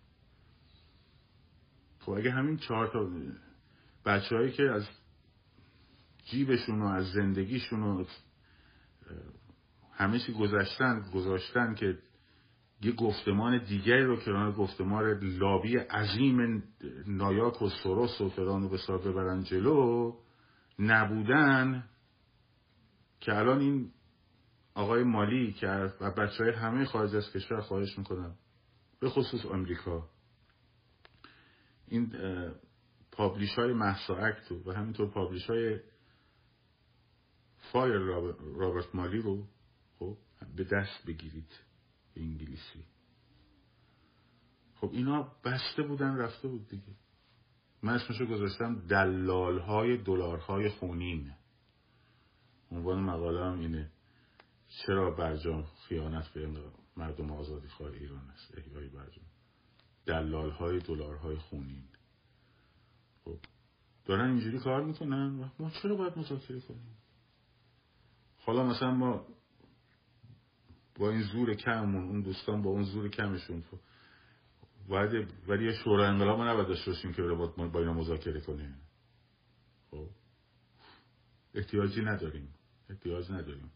خب اگه همین 4 تا بچه‌هایی که از جیبشون و از زندگیشون و همه چی گذاشتن که یه گفتمان دیگری رو کنار گفتمان لابی عظیم نایاک و سوروس و فلان رو به حساب ببرن جلو، نبودن، که الان این آقای مالی که و بچه‌های همه خارج از کشور خواهش میکنم به خصوص آمریکا، این پابلیش های مهسا اکت و همینطور پابلیش های فایر رابرت مالی رو خب به دست بگیرید به انگلیسی. خب اینا بسته بودن، رفته بود دیگه. من اسمشو گذاشتم دلال های دلارهای خونین. عنوان مقاله هم اینه: چرا برجام خیانت به مردم آزادی خواه ایران است. احیای برجام، دلال های دلارهای خونین. خب دارن اینجوری کار میکنن و ما چرا باید مذاکره کنیم؟ حالا مثلا ما با این زور کممون، اون دوستان با اون زور کمشون ولی شورای انقلاب ما نباید داشته باشیم که با اینا مذاکره کنیم. خب احتیاج نداریم.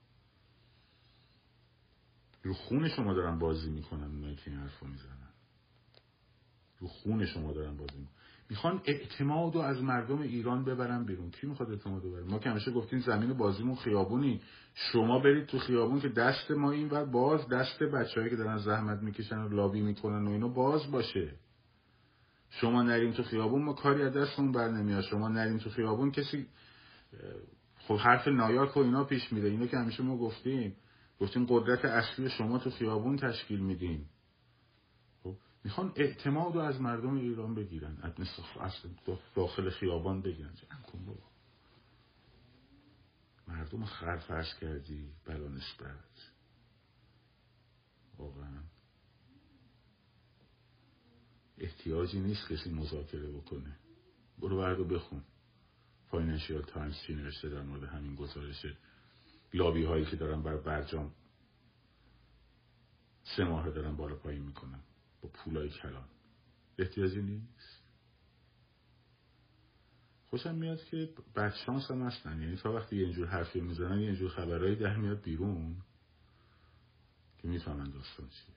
رو خون شما دارن بازی میکنن اونایی که این حرفو میزنن. رو خون شما دارن بازی میکنن. میخوان اعتماد رو از مردم ایران ببرن بیرون. کی میخواد اعتماد رو ببره؟ ما که همیشه گفتیم زمین بازیمون خیابونی، شما برید تو خیابون که دست ما این ور باز، دست بچه‌هایی که دارن زحمت میکشن و لابی میکنن و اینو باز باشه. شما نریم تو خیابون ما کاری از دستمون بر نمیاد. شما نریم تو خیابون کسی خب حرف نایاک و اینا پیش میره. اینو که همیشه ما گفتیم قدرت اصلی شما تو خیابون تشکیل میدین. خب میخوان اعتماد رو از مردم ایران بگیرن، از داخل خیابان بگیرن. جمع کن بابا، مردم خرفرش کردی بلا نسبت. واقعا احتیاجی نیست کسی مذاکره بکنه. برو برگو بخون فاینانشیال تایمز چی نوشته در مورد همین گزارش لابی هایی که دارن برای برجام 3 ماه دارن بالا پایین میکنن با پولای کلان. احتیاجی نیست. خوشم میاد که بدشانس هم هستن، یعنی تا وقتی یه اینجور حرفی میزنن یه اینجور خبرهایی ده میاد بیرون که میفهمن داستان چیه.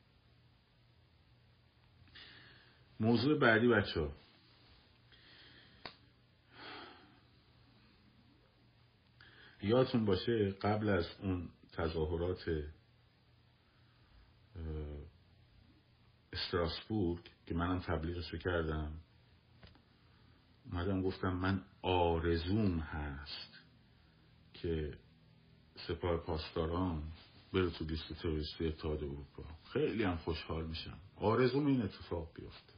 موضوع بعدی بچه‌ها، یادتون باشه قبل از اون تظاهرات استراسبورگ که منم تبلیغشو کردم، اومدم گفتم من آرزوم هست که سپاه پاسداران بره تو لیست تروریستی اتحاد اروپا. خیلی هم خوشحال میشم، آرزوم این اتفاق بیفته،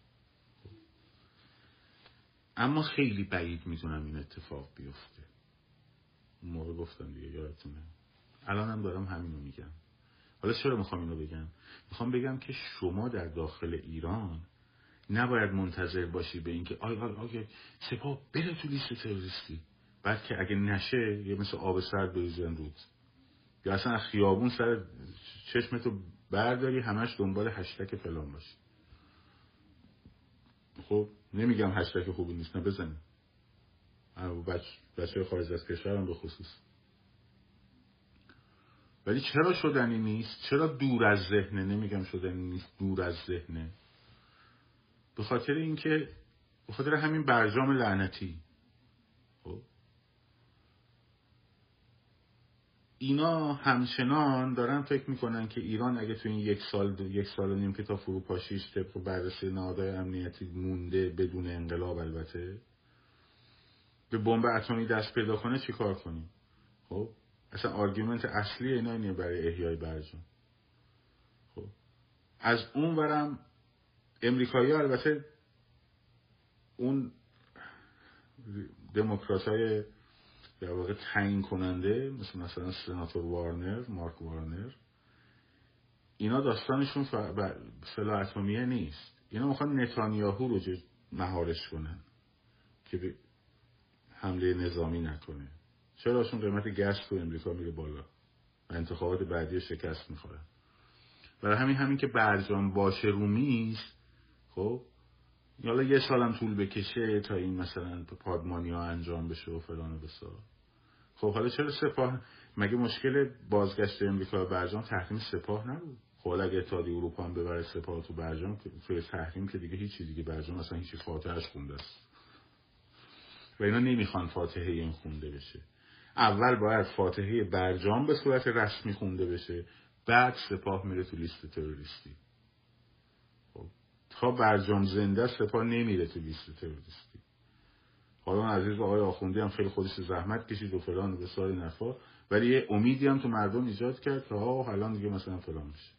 اما خیلی بعید میدونم این اتفاق بیفته. اون موقع گفتم دیگه، یادتونه. الانم دارم همینو میگم. حالا چرا میخوام اینو بگم؟ میخوام بگم که شما در داخل ایران نباید منتظر باشی به اینکه آی سپاه بره تو لیست تروریستی، بعد که اگه نشه یه مثل آب سرد بریزن رود، یا اصلا از خیابون سر چشمتو برداری همش دنبال هشتگ فلان باشی. خب نمیگم هشتگ خوبی نیست، نه بزنی، بچه خارج از کشور هم به خصوص. ولی چرا شدنی نیست؟ چرا دور از ذهنه؟ نمیگم شدنی نیست، دور از ذهنه. به خاطر همین برجام لعنتی. خب اینا همچنان دارن فکر میکنن که ایران اگه تو این یک سال و نیم که تا فروپاشیش طبق بررسی نهادهای امنیتی مونده بدون انقلاب، البته به بمب اتمی دست پیدا کنه چی کار کنیم؟ خب اصلا آرگومنت اصلی اینا اینه برای احیای برجام. خب از اون ورم امریکایی ها، البته اون دموکراتای در واقع تعیین کننده مثلا سناتور مارک وارنر، اینا داستانشون سلاح اتمیه نیست. اینا میخوان نتانیاهو رو مهارش کنن که به حمله نظامی نکنه. چرا؟ چون قیمت گاز تو امریکا میره بالا و انتخابات بعدی شکست میخوره. برای همین که برجام باشه رو میز، خب حالا یه سالم طول بکشه تا این مثلا پادمانی ها انجام بشه و فلان و بسار. خب حالا چرا سپاه؟ مگه مشکل بازگشت امریکا به برجام تحریم سپاه نبود؟ خب اگه اتحادیه اروپا هم ببره سپاه تو برجام، توی تحریم که دیگه هیچی، دیگه برجام اصلا هیچی، فاتحه‌اش خونده است و اینا نمیخوان فاتحه این خونده بشه. اول باید فاتحه برجام به صورت رسمی خونده بشه، بعد سپاه میره تو لیست تروریستی. خب تا برجام زنده سپاه نمیره تو لیست تروریستی. حالا عزیز آقای آخوندی هم خیلی خودش زحمت کشید و فلان و بسار نفا، ولی یه امیدی هم تو مردم ایجاد کرد که الان دیگه مثلا فلان میشه.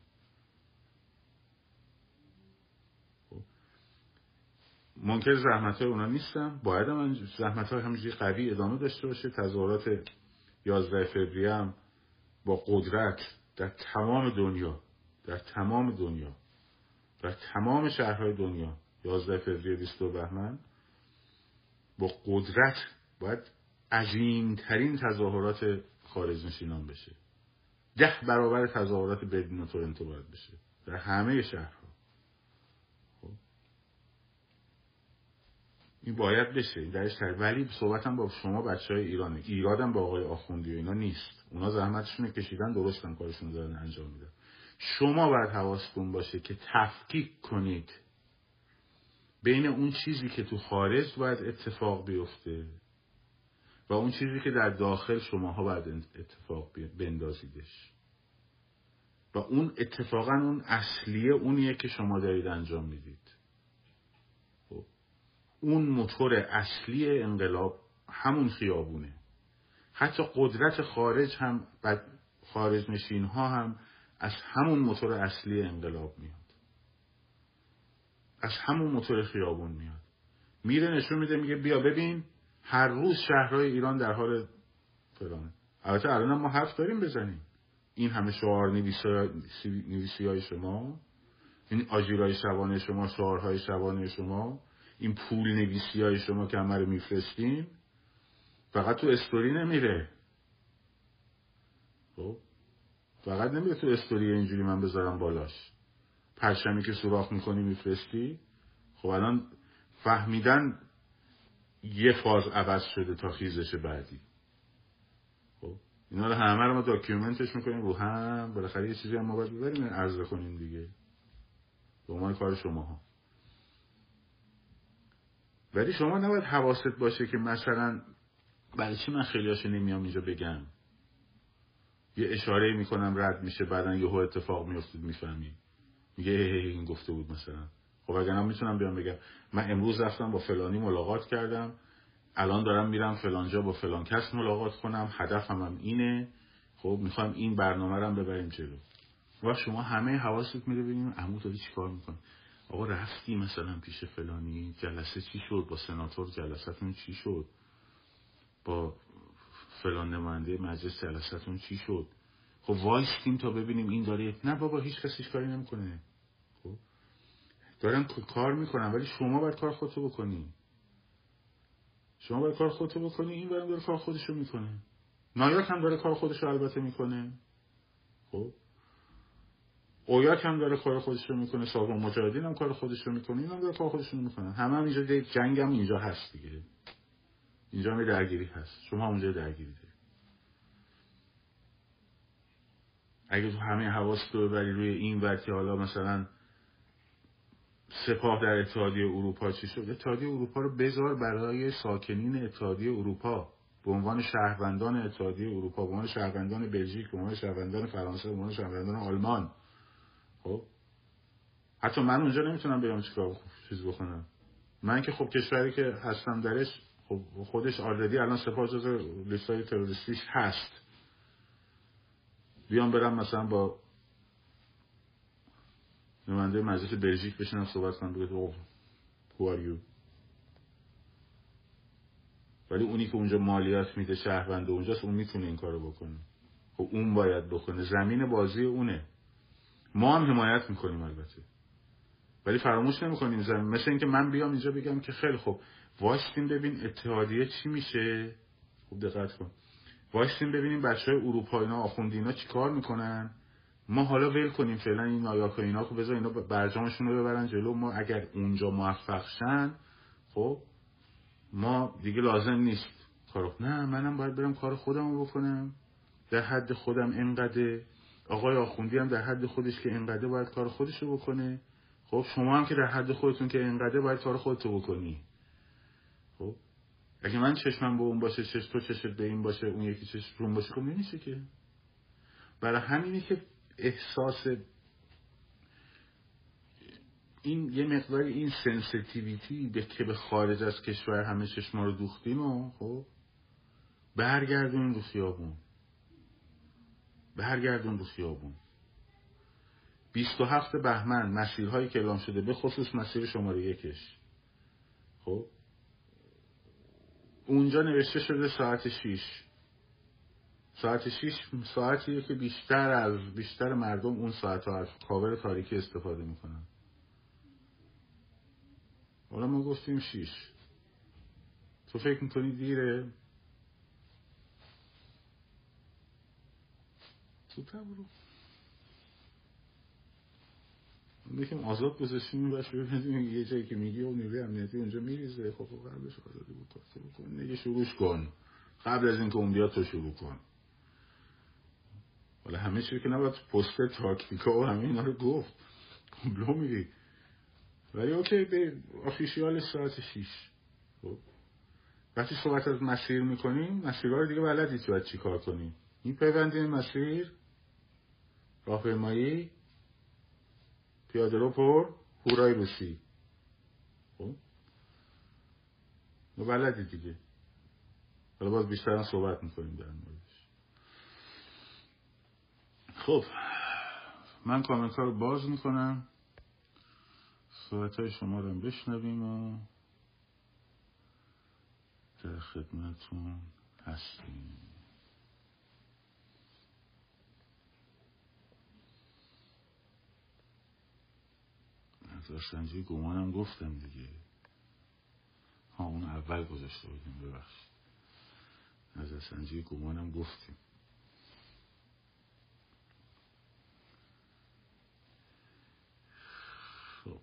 خب منکر زحمت‌های اونا نیستم، باید هم زحمت‌های همینجوری قوی ادامه داشته باشه. تظاهرات 11 فوریه هم با قدرت در تمام شهرهای دنیا 11 فوریه 22 بهمن با قدرت باید عظیم‌ترین تظاهرات خارج نشینان بشه. 10 برابر تظاهرات برلین و تورنتو باید بشه در همه شهرها. خب این باید بشه، این درش تر. ولی صحبتم با شما بچهای ایرانه، ایرادم با آقای آخوندی و اینا نیست. اونا زحمتشون کشیدن، درستن کارشون دارن انجام میدن. شما باید حواستون باشه که تفکیک کنید بین اون چیزی که تو خارج باید اتفاق بیفته و اون چیزی که در داخل شماها باید اتفاق بندازیدش. و اون اتفاقا اون اصلیه، اونیه که شما دارید انجام میدید. خب اون موتور اصلی انقلاب همون خیابونه. حتی قدرت خارج هم، خارج نشین ها هم از همون موتور اصلی انقلاب میاد، از همون موتور خیابون میاد. میره نشون میده، میگه بیا ببین هر روز شهرهای ایران در حال فلانه. البته الان ما حرف داریم بزنیم، این همه شعار نویسی های شما، این آژیرهای شبانه شما، شعارهای شبانه شما، این پول نویسی های شما که همه رو میفرستین، فقط تو استوری نمیره. خب فقط نمیره تو استوری اینجوری من بذارم بالاش، پرچمی که سوراخ میکنی میفرستی. خب الان فهمیدن یه فاز عوض شده تا خیزش بعدی. خب اینا رو همه رو ما داکیومنتش میکنیم رو هم، بالاخره یه چیزی هم ما باید ببریم عرضه کنیم دیگه به عنوان کار شماها. ولی شما نباید حواست باشه که مثلا برای چی من خیلیاشو نمیام اینجا بگم، یه اشاره میکنم رد میشه، بعدن یهو اتفاق میفته میفهمی، میگه این گفته بود مثلا. خب خب اگه میتونم بیام بگم من امروز رفتم با فلانی ملاقات کردم، الان دارم میرم فلانجا با فلان کس ملاقات کنم، هدفم هم اینه، خب میخوام این برنامه رو هم ببریم جلو. و شما همه حواست میره ببینیم عمو داری چیکار میکنه. آقا رفتی مثلا پیش فلانی، جلسه چی شد؟ با سناتور جلسه‌تون چی شد؟ با فلان نماینده مجلس جلسه‌تون چی شد؟ خب وایستیم تا ببینیم این داره. نه بابا هیچ کسی کاری نمیکنه. خب دارن کار میکنن ولی شما باید کار خودتو بکنی. شما باید کار خودتو بکنی، این برام داره کار خودشو میکنه. نایاک هم داره کار خودشو البته میکنه. خب اویاک هم داره کار خودشو میکنه، سازمان مجاهدین هم کار خودشو میکنه، این هم داره کار خودشو میکنه. همه هم اینجا جنگ هم اینجا هست دیگه. اینجا هم درگیری هست. شما هم اونجا درگیری داری. اگه تو همه حواست رو ببری روی این ور که حالا مثلا سپاه در اتحادیه اروپا چی شد، اتحادیه اروپا رو بذار برای ساکنین اتحادیه اروپا، به عنوان شهروندان اتحادیه اروپا، به عنوان شهروندان بلژیک، به عنوان شهروندان فرانسه، به عنوان شهروندان آلمان. خب حتی من اونجا نمیتونم بیام چیکار چیز بکنم. من که خب کشوری که هستم درش خب خودش آلردی الان سپاه جزو لیستای تروریستیش هست. بیام برم مثلا با نماینده مجلس بلژیک بشینم صحبت کنم، بگه اوه who are you؟ ولی اونی که اونجا مالیات میده شهروند اونجاست، اون میتونه این کارو بکنه. خب اون باید بکنه، زمین بازی اونه. ما هم حمایت میکنیم البته، ولی فراموش نمیکنیم زمین. مثل اینکه من بیام اینجا بگم که خیلی خب وایسیم ببین اتحادیه چی میشه. خوب دقت کن، وایسیم ببینیم بچهای اروپایینا آخوندینا چیکار میکنن، ما حالا ول کنیم فعلا این نایاکا اینا رو، بذار اینا برجامشون رو ببرن جلو. ما اگر اونجا موفق شن خب ما دیگه لازم نیست کارو. نه منم باید برم کار خودم رو بکنم در حد خودم انقدر. آقای آخوندی هم در حد خودش که انقدر باید کار خودش رو بکنه. خب شما هم که در حد خودتون که انقدر باید کار خودتو بکنی. خب اگه من چشمم به اون باشه، تو چشت به این باشه، اون یکی چشم به اون باشه، خب نمیشه که. برای همینه که احساس این یه مقدار این سنسیتیویتی به که به خارج از کشور همه چشما رو دوختیم و خب برگردون رو خیابون. 27 بهمن مسیرهایی که اعلام شده به خصوص مسیر شماره 1، خب اونجا نوشته شده ساعت 6. ساعتیه که بیشتر مردم اون ساعت ها از کاور تاریکی استفاده میکنن. حالا ما گفتیم 6. تو فکر میکنی دیره؟ زودتر برو. میگم آزاد گذاشتیم باشه، ببینیم یه جایی که میگی و نیروی امنیتی اونجا میریزه. خب قبلش آزادی بود تاکسی بکن دیگه، شروعش کن قبل از اینکه اون بیاد تو شروع کن. حالا همه چیزی که نباید پست تاکتیکا و همه اینا رو گفت کاملو میگی، ولی اوکی به آفیشیال ساعت 6. خب وقتی صحبت از مسیر میکنیم، مسیرها رو دیگه بلدید باید چی کار کنیم. این پیوندی مسیر، راهپیمایی، پیاده رو پر، هورای روسی. خب ما بلدید دیگه. حالا باز بیشتر هم صحبت میکنیم در موردش. خب من کامنت ها رو باز میکنم، صحبت های شما رو بشنویم و در خدمتون هستیم. نظرسنجی گمانم گفتم دیگه. اون اول گذاشته بودیم، ببخشید. نظرسنجی گمانم گفتیم. خب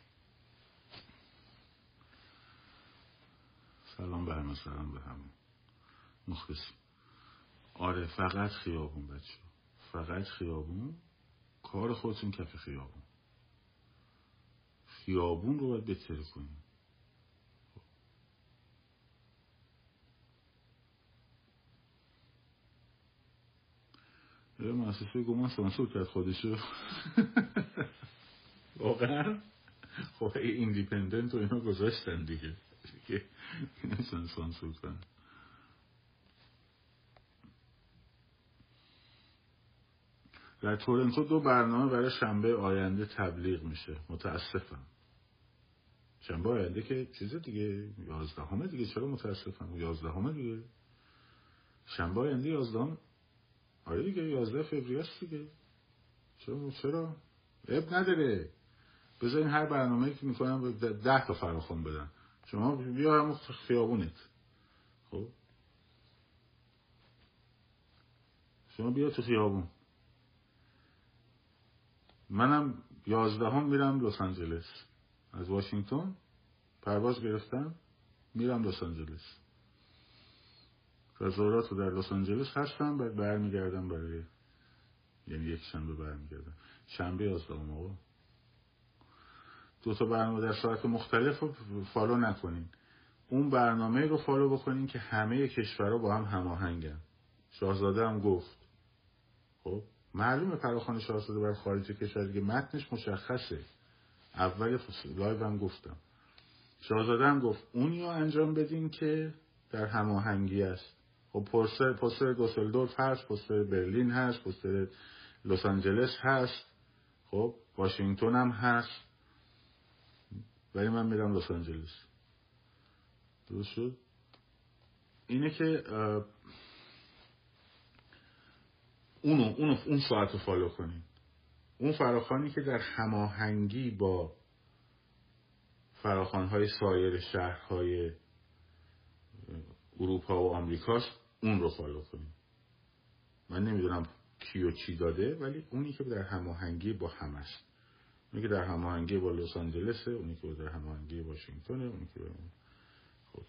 سلام به همه، سلام به همه. مخلصیم. آره فقط خیابون بچه، فقط خیابون. کار خودتون کف خیابون. خیابون رو باید بهتر کنیم. مؤسسه گمان سانسور کرد خودشو. واقعا خب ایندیپندنت و اینا گذاشتن دیگه نمیتونن سانسور کنن. در تورنتو 2 برنامه برای شنبه آینده تبلیغ میشه. متاسفم. شنبه آینده که چیز دیگه 11 دیگه. چرا متاسفم؟ 11 دیگه. شنبه آینده 11. آره دیگه 11 فوریه است دیگه. چرا؟ اب نداره. بذارین هر برنامه‌ای که میکنم 10 تا فراخوان بدن. شما بیا همون خیابونت. خب شما بیا تو خیابون. منم 11 میرم لس آنجلس. از واشنگتن پرواز گرفتم میرم لس آنجلس. تظاهرات رو در لس آنجلس هستم، بعد برمیگردم برای یعنی یک شنبه برمیگردم. شنبه 11 آقا. 2 تا برنامه در ساعت مختلف رو فالو نکنین. اون برنامه رو فالو بکنین که همه کشورها با هم هماهنگن. شاهزاده هم گفت. خب معلومه فراخوان شاهزاده برای خارج کشور دیگه متنش مشخصه. اول لایو هم گفتم. شاهزاده هم گفت اونی رو انجام بدین که در هماهنگی است. خب پوستر دوسلدورف هست، پوستر برلین هست، پوستر لس آنجلس هست، خب واشنگتن هم هست، ولی من میرم لس آنجلس. درست شد؟ اینه که اون ساعت رو فالو کنین. اون فراخوانی که در هماهنگی با فراخوان‌های سایر شهرهای اروپا و آمریکاست، اون رو فالو کنین. من نمیدونم کی و چی داده، ولی اونی که در هماهنگی با هم است. اونی که در هماهنگی با لس آنجلسه، اونی که در هماهنگی با واشنگتنه، اونی که خب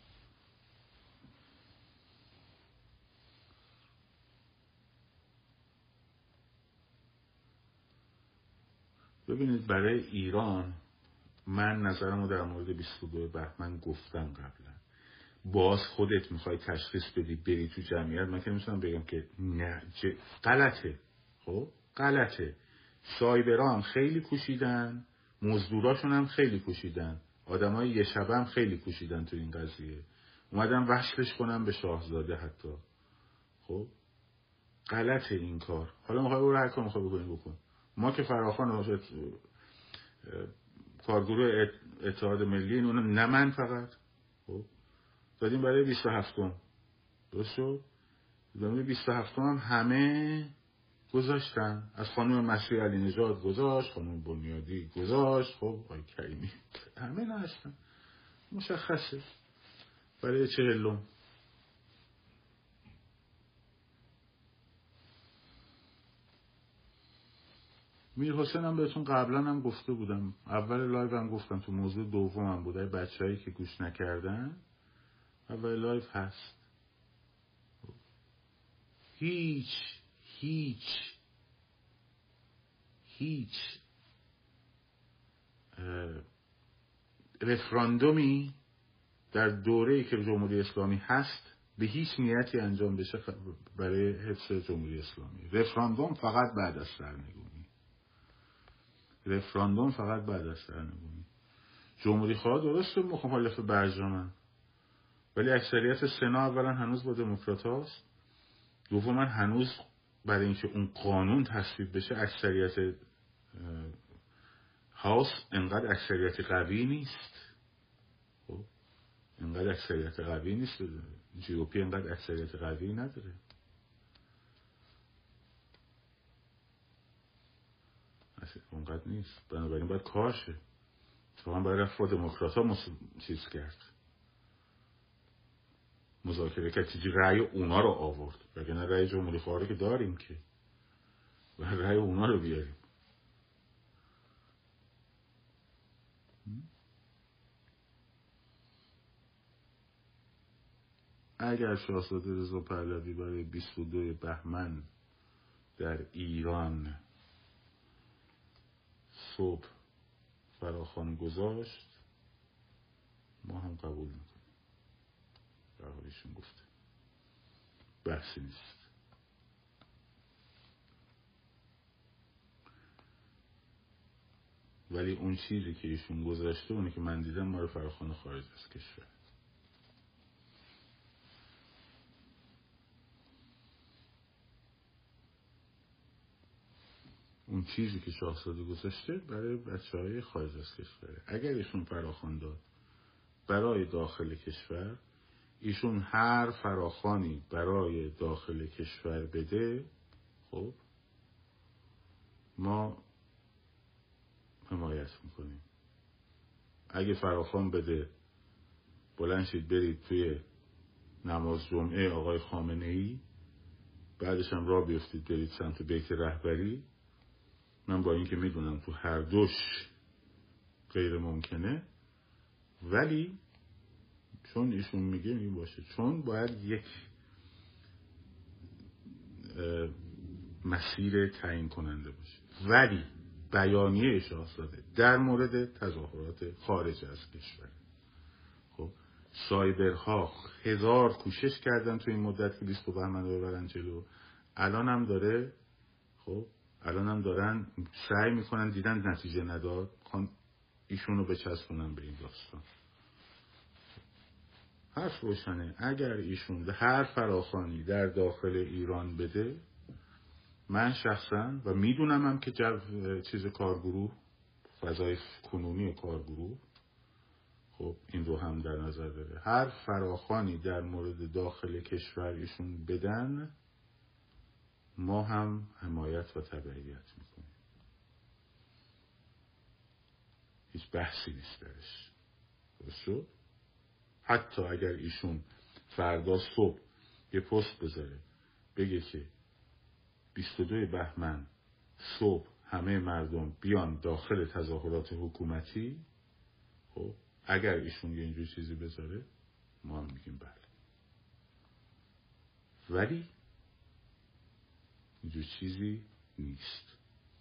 ببینید برای ایران من نظرمو در مورد 22 بهمن گفتم قبلا. باز خودت میخوای تشخیص بدی بری تو جمعیت، من که نمیتونم بگم که نه غلطه. خب غلطه. سایبرها هم خیلی کوشیدن، مزدوراشون هم خیلی کوشیدن، آدمای یه شبه هم خیلی کوشیدن تو این قضیه، اومدن وصلش کنن به شاهزاده حتی. خب غلطه این کار. حالا میخوای برو هر کار میخوای بکنی بکن. ما که فراخوان کارگروه اتحاد ملی اونو نه من فقط خب دادیم برای 27م. درست شد؟ برای 27م هم همه گذاشتن. از خانم مسیح علی نژاد گذاشت، خانم بنیادی گذاشت، خب آقای کریمی همه نهستن. مشخصه برای 40م. میر حسین هم بهتون قبلا هم گفته بودم، اول لایو هم گفتم، تو موضوع دومم بود. بچه‌هایی که گوش نکردن اول لایو هست. هیچ رفراندومی در دوره‌ای که جمهوری اسلامی هست به هیچ نیتی انجام بشه برای حفظ جمهوری اسلامی. رفراندوم فقط بعد از سرنگونی. جمهوری خواه درسته مخالف برجامن، ولی اکثریت سنا اولا هنوز با دموکرات هاست، دوما هنوز برای اینکه اون قانون تصویب بشه اکثریت هاوس انقدر اکثریت قوی نیست. خب انقدر اکثریت قوی نیست. جی او پی انقدر اکثریت قوی نداره. اونقدر نیست. بنابراین باید کار شه. واقعا باید رفت با دموکرات ها چیز کرد، مذاکره کرد، چیزی رأی اونا رو آورد. وگرنه رأی جمهوری خواه رو که داریم که باید رأی اونا رو بیاریم. اگر شاهزاده رضا پهلوی برای 22 بهمن در ایران صبح فراخوان گذاشت، ما هم قبول میکنیم. در حالیشون گفته بحثی نیست. ولی اون چیزی که ایشون گذاشته، اونی که من دیدم، ما رو فراخوان خارج از کشور. اون چیزی که شاهزاده گذاشته برای بچه‌های خارج از کشور. اگر ایشون فراخوان داد برای داخل کشور، ایشون هر فراخوانی برای داخل کشور بده، خب ما حمایت میکنیم. اگه فراخوان بده بلند شید برید توی نماز جمعه آقای خامنه‌ای، بعدش هم راه بیفتید برید سمت بیت رهبری، من با اینکه میدونم تو هر دوش غیر ممکنه، ولی چون ایشون میگه این باشه، چون باید یک مسیر تعیین کننده باشه. ولی بیانیه شاهزاده در مورد تظاهرات خارج از کشور، خب سایبرها 1000 کوشش کردن تو این مدت که 20 بهمن رو ببرن جلو، الان هم دارن سعی میکنن، دیدن نتیجه نداد، ایشون رو بچسبونن به این داستان. حرف روشنه. اگر ایشون به هر فراخوانی در داخل ایران بده، من شخصا و میدونم هم که چیز کارگروه، فضای کنونی کارگروه، خب این رو هم در نظر داره، هر فراخوانی در مورد داخل کشور ایشون بدن، ما هم حمایت و تبعیت میکنیم. هیچ بحثی نیست درش. درست؟ حتی اگر ایشون فردا صبح یه پست بذاره بگه که 22 بهمن صبح همه مردم بیان داخل تظاهرات حکومتی، خب اگر ایشون یه اینجور چیزی بذاره، ما هم میگیم بله. ولی اینجور چیزی نیست.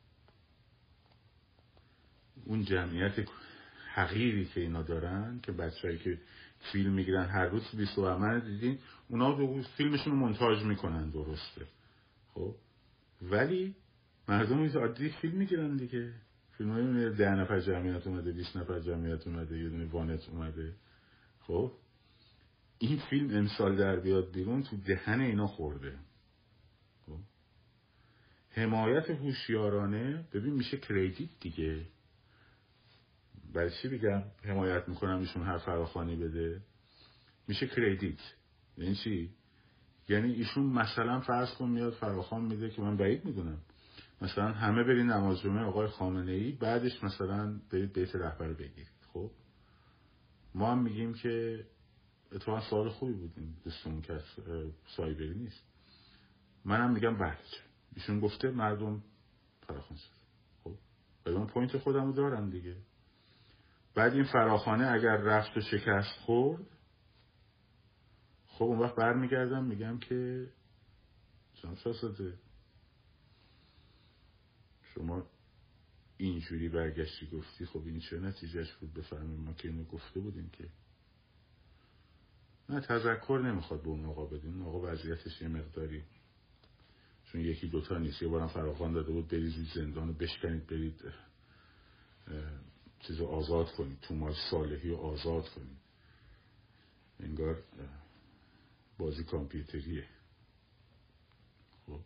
اون جمعیت حقیری که اینا دارن، که بچه‌هایی که فیلم میگیرن هر روز 20 بهمن دیدین، اونا فیلمشون رو مونتاژ میکنن، درسته، خب ولی مردم عادی فیلم میگیرن دیگه. فیلم هایی 10 نفر جمعیت اومده، 20 نفر جمعیت اومده، یه دونه وانت اومده، خب این فیلم امسال در بیاد بیرون، تو دهن اینا خورده. خب حمایت هوشیارانه، ببین میشه کردیت دیگه. برای چی بگم حمایت میکنم ایشون هر فراخوانی بده؟ میشه کردیت. یعنی چی؟ یعنی ایشون مثلا فرض کن میاد فراخوان میده، که من بعید میدونم، مثلا همه برید نماز جمعه آقای خامنه‌ای، بعدش مثلا برید بیت رهبر بگیرید. خب ما هم میگیم که اتفاقا سوال خوبی بودیم دوستمون که سایبری نیست، منم میگم بله، ایشون گفته مردم فراخوان شد. خب من پوینت خودم رو دارم دیگه. بعد این فراخوانه اگر رفت و شکست خورد، خب اون وقت برمیگردم میگم که شاهزاده شما اینجوری برگشتی گفتی، خب این چه نتیجهش بود؟ بفرمایید ما که اینو گفته بودیم که نه، تذکر نمیخواد به اون آقا بدین. اون آقا وضعیتش یه مقداری، چون یکی دوتا نیست، یه بارم فراخوان داده بود برید زندان و بشکنید، برید چیزو آزاد کنید، توماس صالحی رو آزاد کنید. انگار بازی کامپیوتریه. خب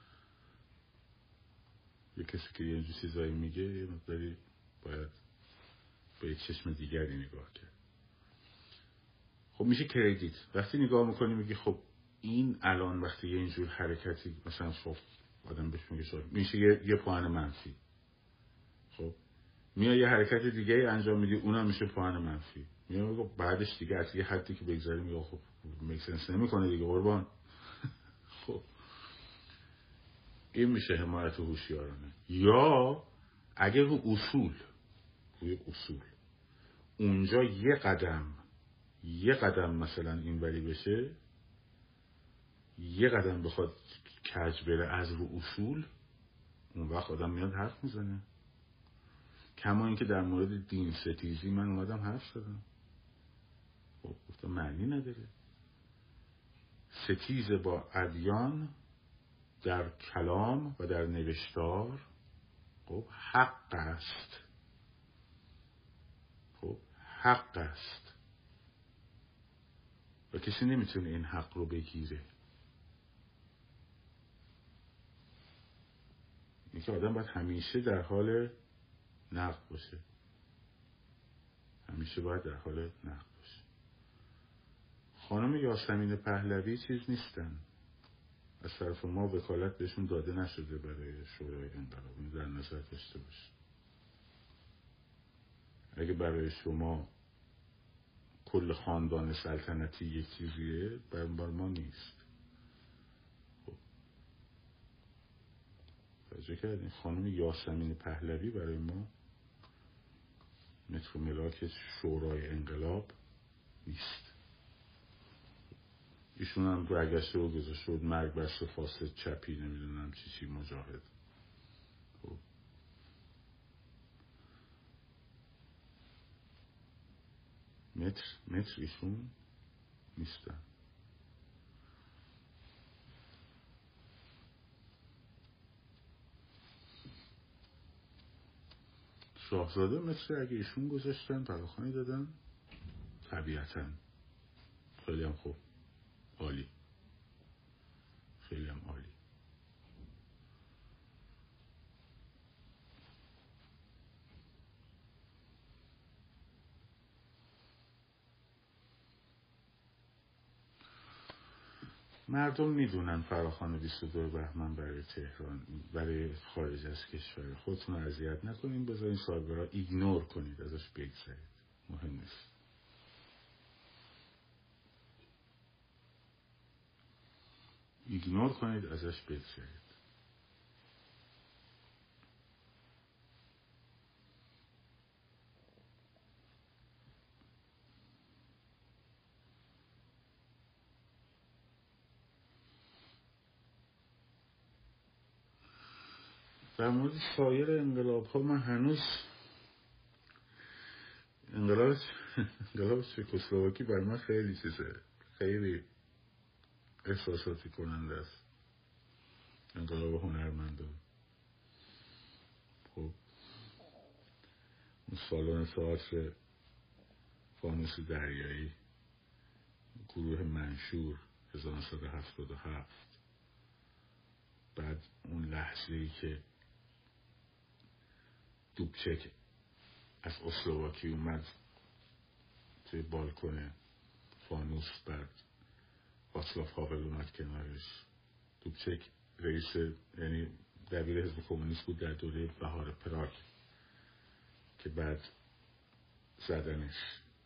یه کسی که یه اینجور چیزایی میگه، یه مقداری باید با یک چشم دیگری نگاه کرد. خب میشه کردیت. وقتی نگاه میکنی میگی خب این الان وقتی یه اینجور حرکتی مثلا شوف آدم بهش میگه شوف، میشه یه پوان منفی. خب میای یه حرکت دیگه انجام میدی، اونم میشه پوان منفی. میگه بعدش دیگه از یه حدی که بگذاری میگه خب میکسنس نمیکنه دیگه قربان. خب این میشه حمایت هوشیارانه. یا اگه روی اصول اونجا یه قدم مثلا اینوری بشه، یه قدم بخواد کج بره از رو اصول، اون وقت آدم میاد حرف میزنه. کما اینکه در مورد دین ستیزی من اومدم حرف زدم، خب گفتم معنی نداره. ستیز با ادیان در کلام و در نوشتار خب حق است، حق است و کسی نمیتونه این حق رو بگیره. این که آدم باید همیشه در حال نقد باشه، همیشه باید در حال نقد باشه. خانم یاسمین پهلوی چیز نیستن، از طرف ما وکالت بهشون داده نشده برای شورای انقلاب، این در نظر داشته باشه. اگه برای شما کل خاندان سلطنتی یک چیزیه، بر ما نیست. خب توجه کردین؟ خانم یاسمین پهلوی برای ما متر و ملاک شورای انقلاب نیست. ایشون هم برگشته و گذاشته بود مرگ بر فاسد چپی نمیدونم چی مجاهد. خب متر ایشون نیستن. شاهزاده متر اگه ایشون گذاشتن فراخوانی دادن طبیعتاً خیلی هم خوب، عالی، خیلی هم عالی. مردم میدونن فراخوان 22 بهمن برای تهران، برای خارج از کشور. خودتون اذیت نکنین، بذارین سالگرد ایگنور کنید، ازش بگذرید، مهم نیست. ایگنور کنید، ازش بگذرید. در مورد سایر انقلاب ها من هنوز انقلاب چکسلواکی بر من خیلی چیزه، خیلی احساساتی کننده است. انقلاب هنرمندان، خب اون سالن تئاتر فانوس دریایی، گروه منشور 1977، بعد اون لحظه‌ای که دوبچک از اسلواکی اومد توی بالکن فانوس، بعد واصلاف هاول اومد کنارش. دوبچک رئیس، یعنی دبیر حزب کمونیست بود در دوره بهار پراگ که بعد زدنش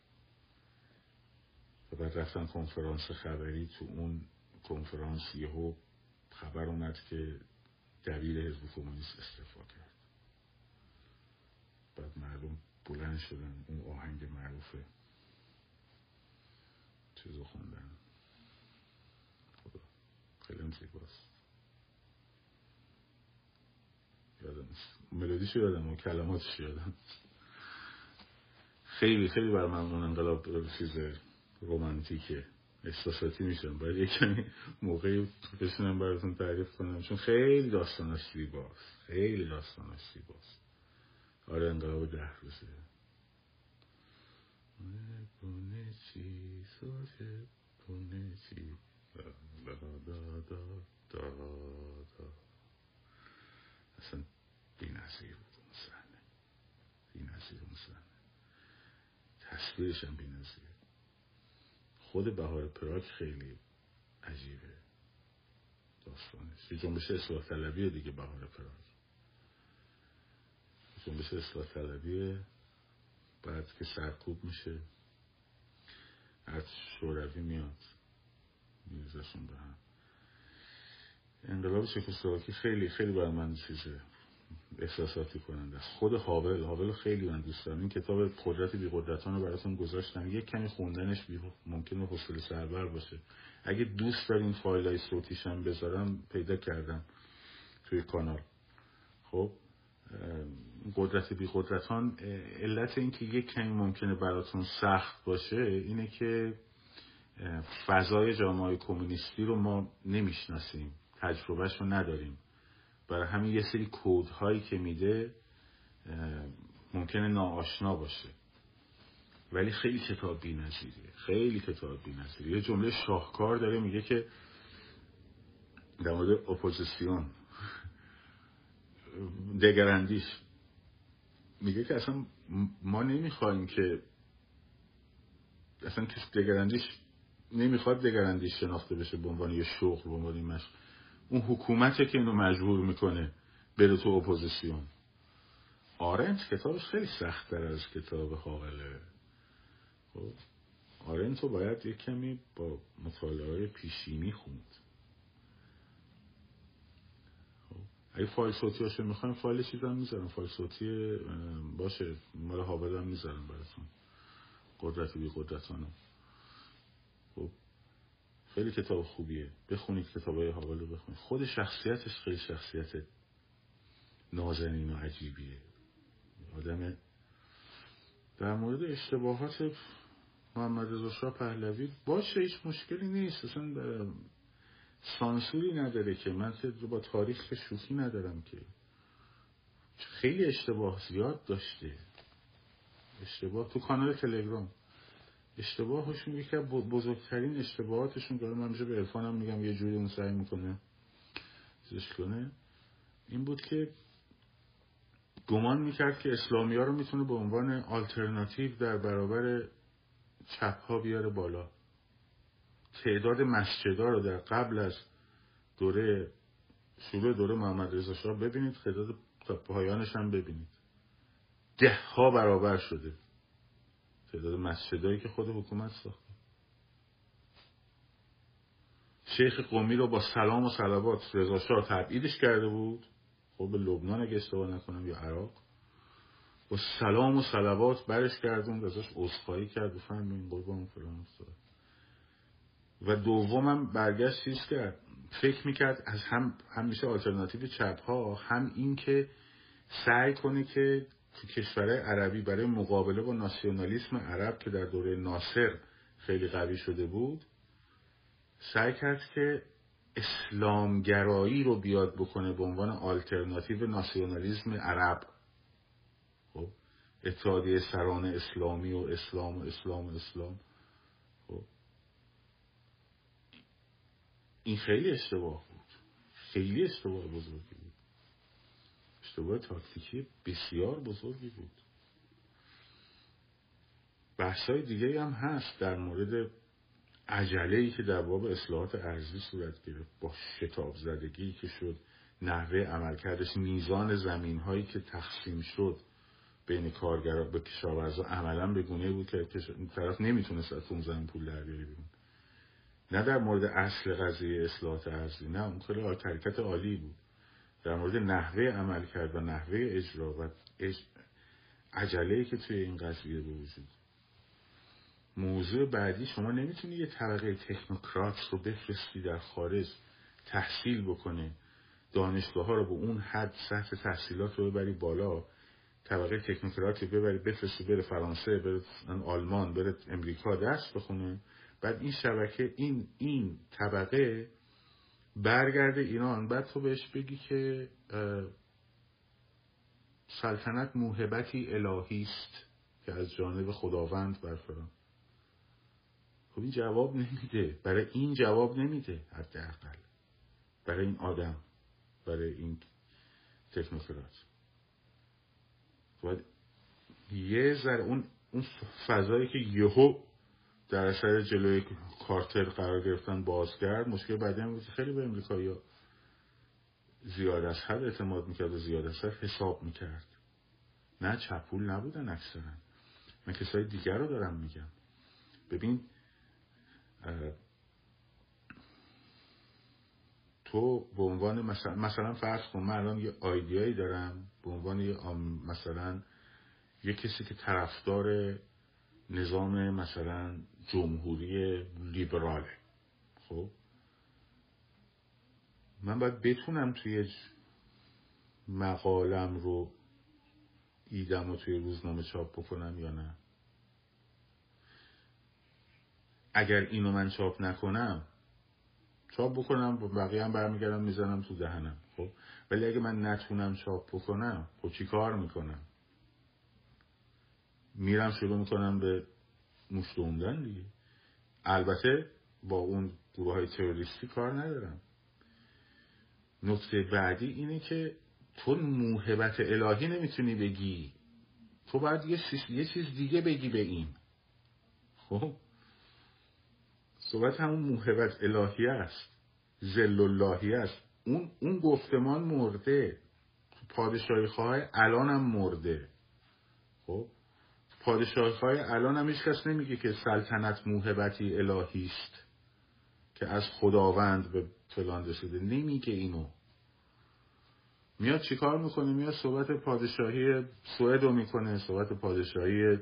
و بعد رفتن کنفرانس خبری. تو اون کنفرانس یهو خبر اومد که دبیر حزب کمونیست استعفا کرد. بعد مردم بلند شدن، اون آهنگ معروفه چیزو خوندن، خدا خیلی هم زیباست، یادم نیست ملودیشو یادم و کلماتش یادم. خیلی خیلی برای من اون انقلاب چیز رومانتیکه، احساساتی میشم. باید یک کمی موقعی بشینم براتون تعریف کنم، چون خیلی داستانش زیباست، خیلی داستانش زیباست. آره انقلاب 10 روزه. پونه چی سوچه پونه چی دا دا دا دا دا. اصلا بی‌نظیر بود اون صحنه، بی‌نظیر اون صحنه، تصویرش هم بی‌نظیر. خود بهار پراگ خیلی عجیبه داستانش. یه جنبش اصلاح طلبیه دیگه بهار پراگ، جنبش اصلاح طلبیه. بعد که سرکوب میشه، ارتش شوروی میاد میرزشون به هم. انقلاب چکسلواکی خیلی خیلی برای من چیزه احساساتی کننده است. خود هاول خیلی من دوست دارم. این کتاب قدرت بی قدرتان رو براتون گذاشتم، یک کمی خوندنش ممکنه حوصله سربر باشه. اگه دوست دارین فایلای صوتیشم بذارم، پیدا کردم توی کانال. خب قدرت بی قدرتان، علت این که یک کمی ممکنه براتون سخت باشه اینه که فضای جامعه کمونیستی رو ما نمیشناسیم، تجربهش رو نداریم. برای همین یه سری کودهایی که میده ممکنه ناآشنا باشه. ولی خیلی کتاب بی‌نظیره، خیلی کتاب بی‌نظیره. یه جمله شاهکار داره میگه که در مورد اپوزیسیون دگراندیش، میگه که اصلا ما نمیخوایم که اصلا کسی دگراندیش نمیخواد دگراندیش شناخته بشه به عنوان یه شغل، به عنوان مشغل. اون حکومته که اینو مجبور میکنه بره تو اپوزیسیون. آرنت کتابش خیلی سخت‌تر از کتاب هاوله. خب آرنت رو باید یک کمی با مطالعه پیشینی خوند. خب اگه فایل صوتی هاشو میخوایم فایل چیزم میذارم، فایل صوتی باشه مال هاول هم میذارم براتون، قدرت بی قدرتانو. خب خیلی کتاب خوبیه، بخونید کتابای هاول رو بخونید. خود شخصیتش خیلی شخصیت نازنین و عجیبیه. آدم. در مورد اشتباهات محمد رضا شاه پهلوی باشه، هیچ مشکلی نیست، اصلا سانسوری نداره که. من با تاریخ شوخی ندارم که. خیلی اشتباه زیاد داشته، اشتباه تو کانال تلگرام، اشتباهشون یکی از بزرگترین اشتباهاتشون داره. من به عرفانم میگم یه جوری اون سعی میکنه چیزش کنه، این بود که گمان میکرد که اسلامی ها رو میتونه به عنوان آلترناتیو در برابر چپ ها بیاره بالا. تعداد مسجدها رو در قبل از شروع دوره محمد رضا شاه ببینید، تعداد تا پایانش هم ببینید، 10 ها برابر شده تعداد مسجدهایی که خود حکومت ساخته. شیخ قمی رو با سلام و صلوات رضا شاه تبعیدش کرده بود، خب به لبنان اگه اشتباه نکنم یا عراق، با سلام و صلوات برش گردون، ازش عذرخواهی کرد و فهمین قربان فلان استاد. و دومم برگشت چیز کرد، فکر میکرد از هم میشه آلترناتیو چپ ها، هم این که سعی کنه که تو کشورهای عربی برای مقابله با ناسیونالیسم عرب که در دوره ناصر خیلی قوی شده بود، سعی کرد که اسلامگرایی رو بیاد بکنه به عنوان آلترناتیو ناسیونالیسم عرب. خب اتحادیه سران اسلامی و اسلام و اسلام و اسلام. خب این خیلی اشتباه بود، خیلی اشتباه بزرگی بود، اشتباه تاکتیکی بسیار بزرگی بود. بحثای دیگه هم هست در مورد عجله‌ای که در باب اصلاحات ارضی صورت گرفت، با شتاب زدگی که شد، نحوه عملکردش، میزان زمین‌هایی که تقسیم شد بین کارگرا به کشاورزا عملاً به گونه‌ای بود که طرف نمیتونست از اون زمین پول در بیاره بیرون. نه در مورد اصل قضیه اصلاحات ارضی، نه اون خیلی حرکت عالی بود، در مورد نحوه عملکرد و نحوه اجرا و عجله‌ای که توی این قضیه به وجود. موضوع بعدی، شما نمیتونی یه طبقه تکنوکرات رو بفرستی در خارج تحصیل بکنه، دانشگاه ها رو به اون حد سطح تحصیلات رو ببری بالا، طبقه تکنوکراتی ببری بفرستی بره فرانسه، بره آلمان، بره امریکا درس بخونه، بعد این شبکه این طبقه برگرده ایران، بعد تو بهش بگی که سلطنت موهبتی الهی است که از جانب خداوند برفران. خب این جواب نمیده، برای این جواب نمیده، حداقل برای این آدم، برای این تکنوکرات. باید یه ذره اون فضایی که یهو در اثر جلوی کارتر قرار گرفتن بازگرد. مشکل بعدی هم بود که خیلی به امریکایی‌ها زیاد از حد اعتماد میکرد و زیاد از حد حساب میکرد. نه چپول نبودن اکثرا. من کسای دیگر رو دارم میگم. ببین تو به عنوان مثلا فرض کن من الان یه آیدیایی دارم به عنوان مثلا یه کسی که طرفدار نظام مثلا جمهوری لیبراله. خب من باید بتونم توی مقالم رو ایدم رو توی روزنامه چاپ بکنم یا نه. اگر اینو من چاپ نکنم، چاپ بکنم بقیه هم برمیگردم میزنم تو دهنم. خب ولی اگه من نتونم چاپ بکنم، خب چی کار میکنم؟ میرم شروع میکنم به مشتوندن دیگه. البته با اون گروه های تروریستی کار ندارم. نکته بعدی اینه که تو موهبت الهی نمیتونی بگی، تو باید یه چیز دیگه بگی به این. خب صحبت همون موهبت الهی است، ذل اللهی است. اون گفتمان مرده. پادشاهی خواه الان هم مرده. خب پادشاهی خواه الان هم هیچ کس نمیگه که سلطنت موهبتی الهی است که از خداوند به فلان رسیده، نمیگه اینو. میاد چیکار میکنه؟ میاد صحبت پادشاهی سوئد رو میکنه، صحبت پادشاهی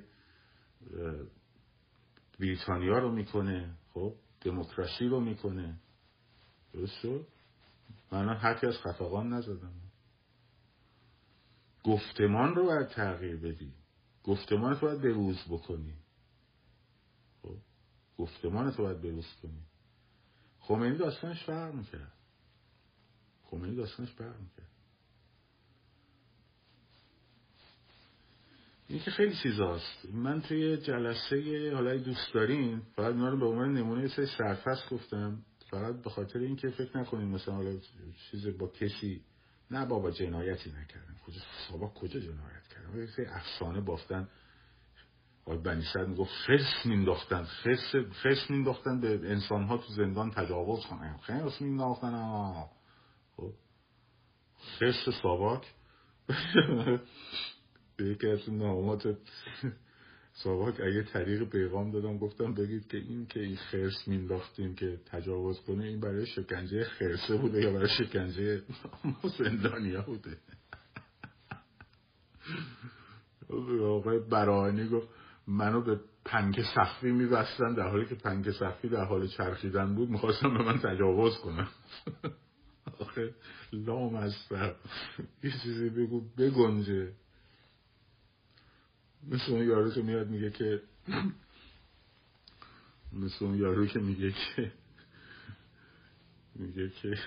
بریتانیا رو میکنه، خب دموکراسی رو میکنه. درست شد؟ من حرفی از خفقان نزدم. گفتمان رو باید تغییر بدی، گفتمان رو باید بروز بکنی. خب گفتمان رو باید بروز کنی. خمینی داستانش فرق میکرد. این که خیلی چیزاست. من توی جلسه حالا دوست دارین فقط اینا رو به عنوان نمونه یه سری سرفصل گفتم، فقط به خاطر این که فکر نکنین مثلا حالا چیز با کسی، نه بابا جنایتی نکردن، کجا جنایت کردن، یه سری افسانه بافتن. آقای بنی صدر میگفت خرس مینداختن به انسان‌ها تو زندان تجاوز کنن، خرس مینداختن. خب خرس ساواک به یکی از نامات ساواک اگه طریق پیغام دادم، گفتم بگید که این خرس مینداختیم که تجاوز کنه، این برای شکنجه خرسه بوده یا برای شکنجه زندانیا بوده. آقای براهانی گفت منو به پنکه سقفی میبستن در حالی که پنکه سقفی در حال چرخیدن بود، میخواستم به من تجاوز کنم. آخه لام از سر یه چیزی بگو بگنجه. مثل اون یارو که میاد میگه که میگه که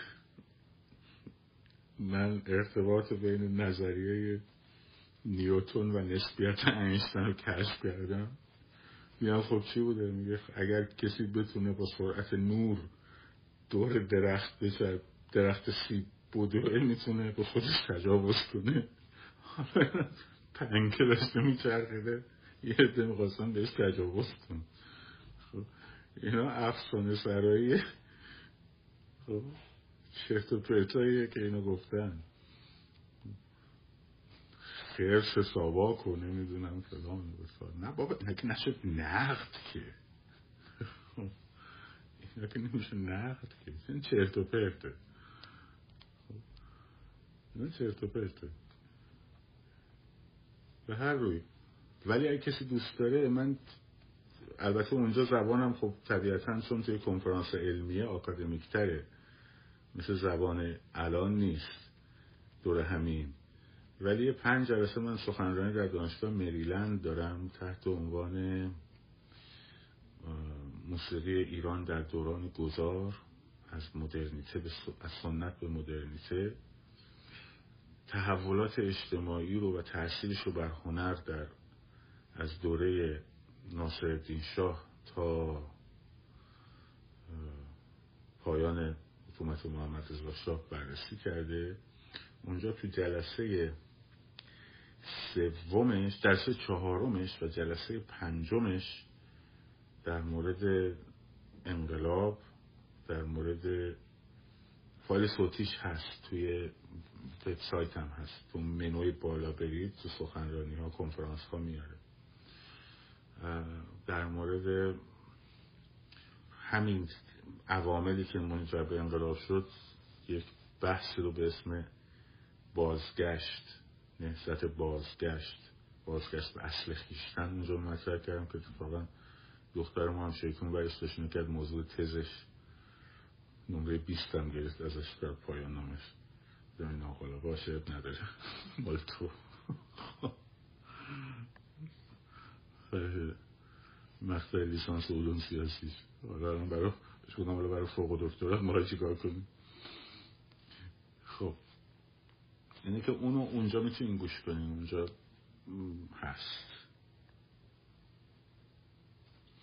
من ارتباط بین نظریه نیوتن و نسبیت اینشتین رو کشف کردم. میگم خب چی بوده؟ میگه اگر کسی بتونه با سرعت نور دور درخت بشه، درخت سیب بدوه، میتونه به خودش تجاوز کنه. پنکه داشته میچرخیده، یه عده میخواستن بهش تجاوز کنه. خب اینا افسانه سراییه. خب چرت و پرتاییه که اینو گفتن. خرس ساواک و نمیدونم فلان بسار. نه بابا اینا که نشد نقد که. اینا که نمیشه نقد که. این چرت و پرته. این چرت و پرته به هر روی. ولی اگه کسی دوست داره، من البته اونجا زبانم خب طبیعتاً چون توی کنفرانس علمیه آکادمیک تره، مثل زبان الان نیست دور همین. ولی 5 جلسه من سخنرانی در دانشگاه مریلند دارم تحت عنوان موسیقی ایران در دوران گذار، از مدرنیته از سنت به مدرنیته، تحولات اجتماعی رو و تأثیرش رو بر هنر در از دوره ناصرالدین شاه تا پایان حکومت محمد رضا شاه بررسی کرده. اونجا تو جلسه سومش، جلسه 4مش و جلسه 5مش در مورد انقلاب، در مورد فایل صوتیش هست توی وبسایت هم هست، تو منوی بالا برید تو سخنرانی ها کنفرانس ها میاره، در مورد همین عواملی که منجر به انقلاب شد یک بحثی رو به اسم بازگشت، نهضت بازگشت به اصل خویشتن اونجا مطرح کردم که اتفاقا دختر ما هم شیطون برش داشت میکرد، موضوع تزش نمره 20 هم گرفت ازش در پایان نامش. زمین آقالا باشه اب نداره مال تو مقطع لیسانس علوم سیاسی برای فوق دکترا ما چی کار کنیم. خب اینه که اونو اونجا میتونین گوش کنین، اونجا هست.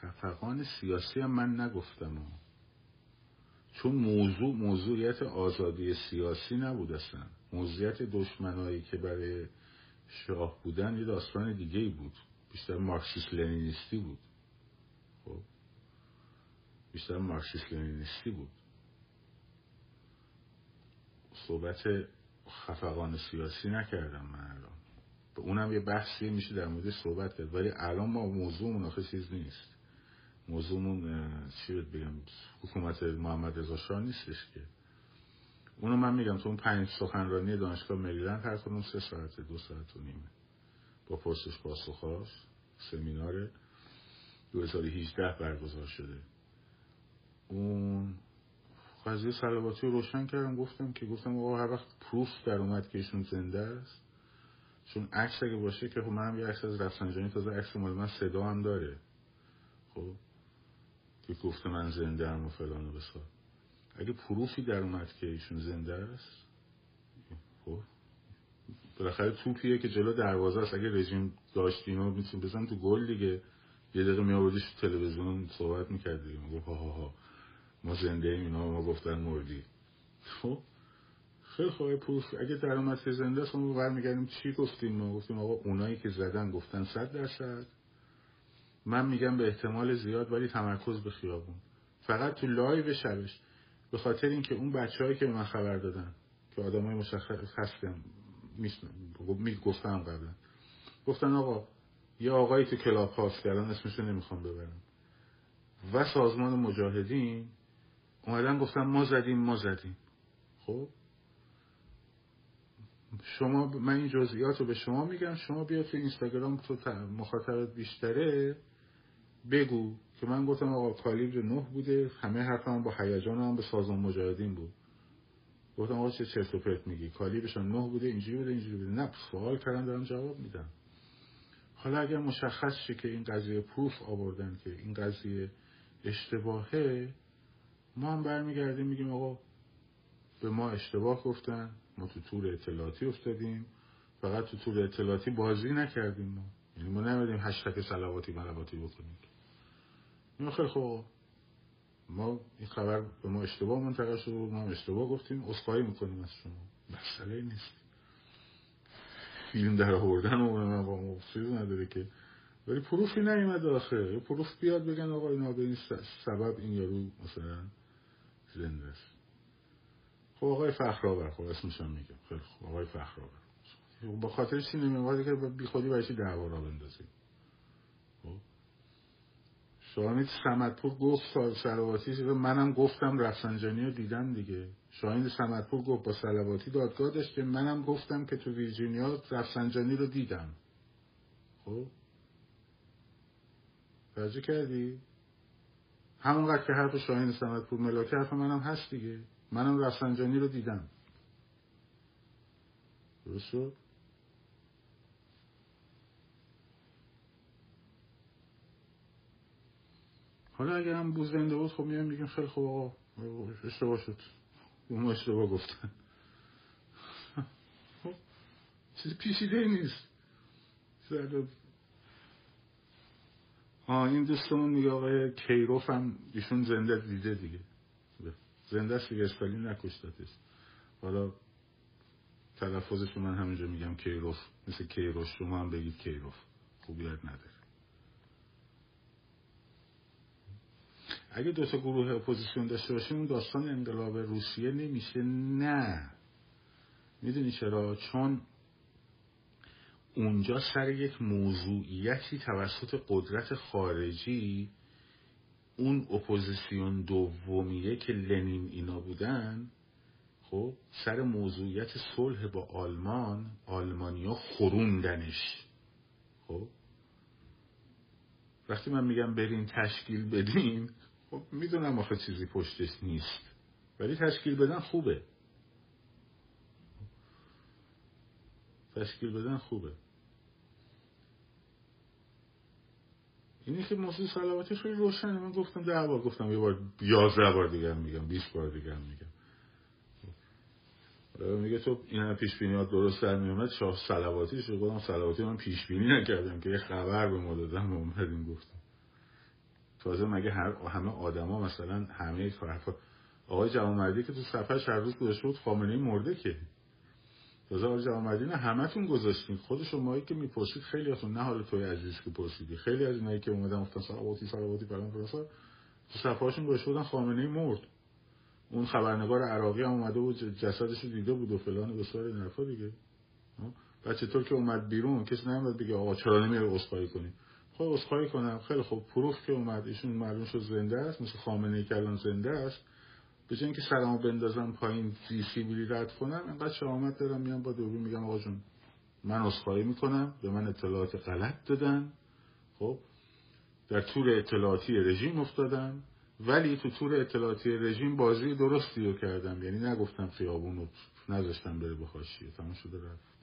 خفقان سیاسی هم من نگفتم، چون موضوعیت آزادی سیاسی نبود اصلا. موضوعیت دشمنایی که برای شاه بودن یه داستان دیگه ای بود، بیشتر مارکسیست لنینیستی بود. خب بیشتر مارکسیست لنینیستی بود. صحبت خفقان سیاسی نکردم من الان، به اونم یه بحثی میشه در مورد صحبت کرد، ولی الان ما موضوعمون آخه چیز نیست. موضوعمون چی بگم، حکومت محمد رضا شاه نیستش که. اونو من میگم تو اون 5 سخنرانی دانشگاه مریلند هر کدوم 3 ساعته 2 ساعت و نیمه با پرسش پاسخاش، سمینار 2018 برگزار شده. اون قضیه صلواتی رو روشن کردم، گفتم آقا هر وقت پروف در اومد که ایشون زنده است، چون عکس اگه باشه که خب منم یه عکس از رفسنجانی، تازه عکس مال من صدا هم داره، خب که گفته من زنده ام و فلان و بسار. اگه پروفی در اومد که ایشون زنده است، خب بالاخره توپیه که جلو دروازه است، اگه رژیم داشت اینو میتونه بزن تو گل دیگه. یه دقیقه میآوردیش تو تلویزیون صحبت میکرد دیگه، میگفت ها ما زنده ایم، اینا ما گفتن مردی. خب خیلی خوبه، پروف اگه در اومد که زنده است، ما برمیگردیم چی گفتیم؟ ما گفتیم آقا اونایی که زدن گفتن 100%. من میگم به احتمال زیاد، ولی تمرکز به خیابون. فقط تو لایو شبش، به خاطر اینکه اون بچه‌هایی که به من خبر دادن که آدمای مشخص هستن، گفتم قبلا، گفتن آقا یه آقایی تو کلاب هاست که الان اسمشو نمیخوام ببرم و سازمان مجاهدین اومدن گفتن ما زدیم. خب شما، من این جزئیات رو به شما میگم، شما بیا تو اینستاگرام، تو مخاطبت بیشتره، بگو که من گفتم آقا کالیبر 9 بوده، همه حرفم با هیجان هم به سازمان مجاهدین بود. گفتم آقا چه چرت و پرت میگی، کالیبرشون 9 بوده، اینجوری بوده. نه، سوال کردن دارم جواب میدم. حالا اگر مشخص شه که این قضیه پروف آوردن که این قضیه اشتباهه، ما هم برمیگردیم میگیم آقا به ما اشتباه گفتن، ما تو تور اطلاعاتی افتادیم، فقط تو تور اطلاعاتی بازی نکردیم. ما یعنی ما نمیدیم هشتگ صلواتی بکنیم. این خیلی خوب، ما این خبر به ما اشتباه منتقل شد، ما هم اشتباه گفتیم، عذرخواهی میکنیم از شما، مسئله نیست. فیلم در آوردن و با مفسد نداره که، ولی پروفی نیومد آخه. پروف بیاد بگن آقا اینا به این سبب این یارو مثلا زنده است. خب آقای فخرآور، خب اسمش هم میگم، خیلی خوب آقای فخرآور، با خاطر چی نمیواد که بی خودی برای چی دعوا را بندازیم؟ خب شاهین صمدپور گفت صلواتی، منم گفتم رفسنجانی رو دیدم دیگه. شاهین صمدپور گفت با صلواتی دادگاه داشته، منم گفتم که تو ویرجینیا رفسنجانی رو دیدم. خب توجه کردی؟ همونقدر که حرف شاهین صمدپور ملاک حرف منم هست دیگه. منم رفسنجانی رو دیدم. درست شد؟ حالا اگر هم بو زنده بود، خب میام میگیم خیلی خوب آقا اشتباه شد، اون اشتباه گفتن. خب چیزی پیچیده نیست. این دوستمون میگه آقای کیروف هم ایشون زنده دیده دیگه، زنده است دیگه، استالین نکشتتش. حالا تلفظش من همینجا میگم کیروف، مثل کیروش، شما هم بگید کیروف، خوبیت نداره. اگه 2 تا گروه اپوزیسیون داشته باشیم، اون داستان انقلاب روسیه نمیشه. نه، میدونی چرا؟ چون اونجا سر یک موضوعیتی توسط قدرت خارجی، اون اپوزیسیون دومیه که لنین اینا بودن، خب سر موضوعیت صلح با آلمانیا خوروندنش. خب وقتی من میگم برین تشکیل بدین، خب میدونم آخه چیزی پشتش نیست، ولی تشکیل بدن خوبه. اینی که موضوع صلواتی خیلی روشنه. من گفتم 10 بار، گفتم یه بار 11 بار دیگه هم میگم، 20 بار دیگه هم میگم. میگه تو این پیش بینیات درست در میومد، شاه صلواتی شو. گفتم صلواتی من پیش بینی نکردم که، یه خبر به ما دادم و اومدیم گفتم. تازه مگه همه آدما مثلا همه حرفا آقای جوانمردی که تو صفحش هر روز گذاشته بود خامنه‌ای مرده که تازه آقای جوانمردی نه همتون گذاشتین خود شمایی که میپرسید خیلیاتون نه حالا توی عزیز که پرسیدی خیلی از اینایی که اومدن گفتن صلواتی فلان تو صفحاشون گذاشته بودن خامنه‌ای مرد اون خبرنگار عراقی هم اومده بود جسدش رو دیده بود و فلان و بسیار این حرفا دیگه بعد چطور که اومد بیرون کسی نمیاد بگه آقا چرا نمیای عذرخواهی کنی خب عذرخواهی کنم خیلی خوب پروف که اومد ایشون معلوم شد زنده است مثل خامنه‌ای که الان زنده است به جای اینکه سرمو بندازم پایین سیبیلی رد کنم انقدر شهامت دارم میام با دوربین میگم آقا جون من عذرخواهی میکنم به من اطلاعات غلط دادن خب در تور اطلاعاتی رژیم افتادم ولی تو تور اطلاعاتی رژیم بازی درستی رو کردم یعنی نگفتم خیابون رو نذاشتم بره به حاشیه تمام شده رفت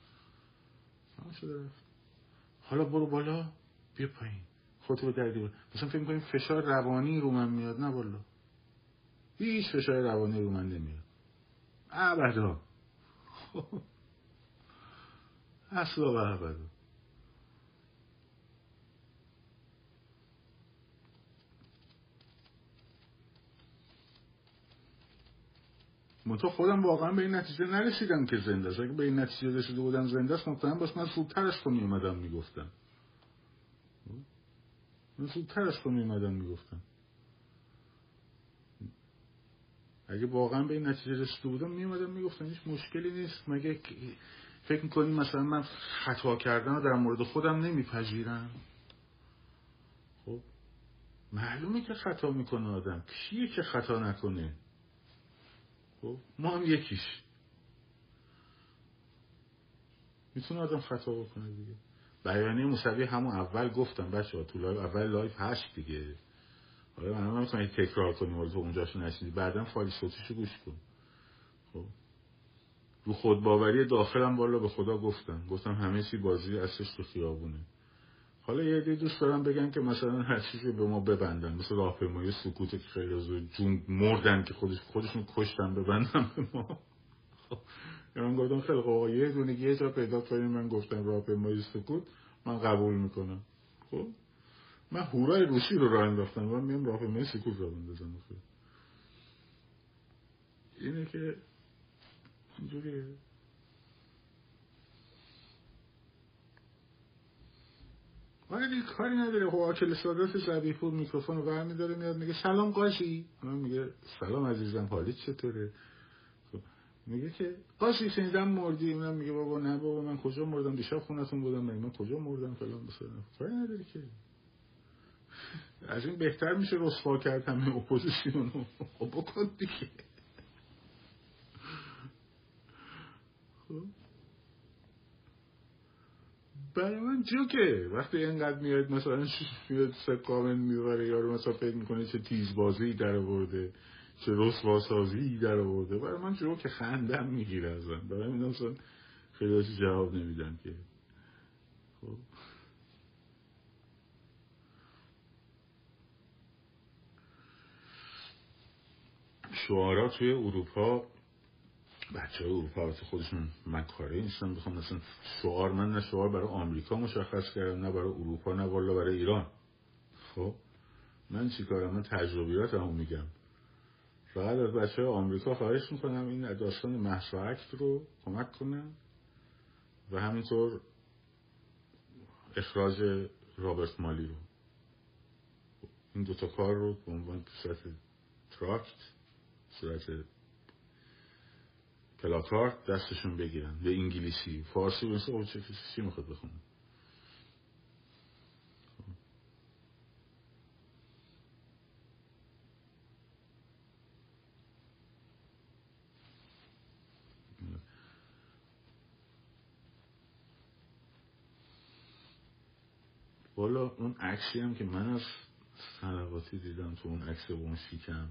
حالا برو بالا بیا پایین خودتو در دیوار مثلا فکر می‌کنی فشار روانی رو من میاد نه والا هیچ فشار روانی رو من نمیاد ابدا اصلا و ابدا منتها خودم واقعا به این نتیجه نرسیدم که زنده است اگه به این نتیجه رسیده بودم زنده است مطمئن باش من زودتر از تو میومدم میگفتم اگه واقعا به این نتیجه رسیده بودم میومدم میگفتم هیچ مشکلی نیست مگه فکر میکنی مثلا من خطا کردن رو در مورد خودم نمیپذیرم خب معلومه که خطا میکنه آدم کیه که خطا نکنه خب ما هم یکیش میتونه آدم خطا بکنه دیگه بیانیه موسوی همون اول گفتم بچه‌ها تو اول لایف هست دیگه حالا من نمیتونم تکرار کنیم ولی تو اونجاشو نشنیدی بعداً فایل صوتیشو گوش کن خب رو خودباوری داخلم والا به خدا گفتم همه چی بازی اصلش تو خیابونه حالا یه عده دوست دارم بگن که مثلا هر چیزی به ما ببندن مثل راهپیمایی سکوت که خیلی از جون مردن که خودشون کشتن ببندن به ما من گفتم خیلی خوب یه دونه یه جا پیدا کنیم من گفتم راهپیمایی سکوت من قبول میکنم خب من هورای روسی رو راه انداختم من میام راهپیمایی سکوت رو بندازم اینه که اینجوریه ولی کاری نداره خب آکل سادات زبیح پور میکروفون رو برمی‌داره میاد میگه سلام قاضی من میگه سلام عزیزم حالت چطوره خب میگه که قاضی شنیدم مردی من میگه بابا نه بابا من کجا مردم دیشب خونتون بودم من کجا مردم فلان مثلا کاری نداره که از این بهتر میشه رسوا کرد همه اپوزیسیون رو خب بکن دیگه خب برای من جوکه وقتی اینقدر میاد مثلا میاد سه کامنت میبره یارو مثلا فکر میکنه چه تیزبازی در آورده چه رسواسازی در آورده برای من جوکه خندم میگیره ازم برای من مثلا خیلی هاشی جواب نمیدن که خب شعارا توی اروپا بچه های اروپا وقتی خودشون مکاره نیستن بخوام مثلا شعار من نه شعار برای آمریکا مشخص کردم نه برای اروپا نه والا برای ایران خب من چیکارم من تجربیاتمو میگم فقط از بچه های آمریکا خواهش میکنم این داستان مهسا اکت رو کمک کنم و همینطور اخراج رابرت مالی رو این دوتا کار رو به عنوان صورت تراکت صورت پلاکارد دستشون بگیرن به انگلیسی فارسی بنویسه چی میخواد بخونه والا اون عکسی هم که من از صلواتی دیدم تو اون عکس با اون شیکم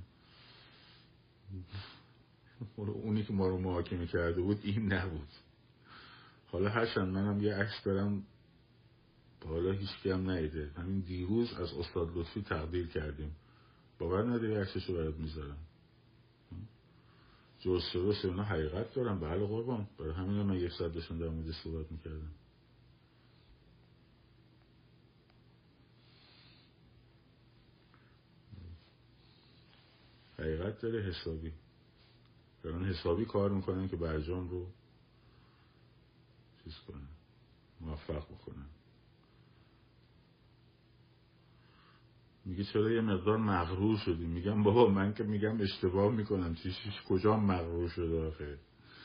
اونی که ما رو محاکمه کرده بود این نبود حالا هرچند منم یه عکس دارم حالا هیچکی هم ندیده همین دیروز از استاد لطفی تقدیر کردیم باور نداری عکسشو برات میذارم جرس اونا حقیقت دارم بله قربان برای همین من یک ساعت داشتم در مورد صحبت میکردم حقیقت داره، حسابی دارن حسابی کار میکنن که برجام رو چیز کنن، موفق بکنن. میگه چرا یه مقدار مغرور شدی؟ میگم بابا من که میگم اشتباه میکنم، چیش کجا مغرور شده آخه؟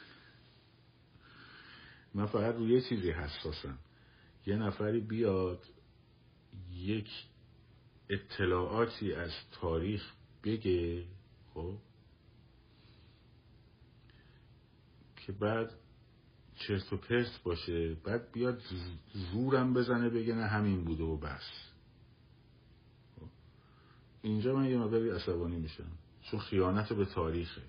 من فقط روی یه چیزی حساسم، یه نفری بیاد یک اطلاعاتی از تاریخ بگه، خب که بعد چرت و پرت باشه، بعد بیاد زورم بزنه بگه نه همین بوده و بس. خب. اینجا من یه مقداری عصبانی میشم، چون خیانت به تاریخه.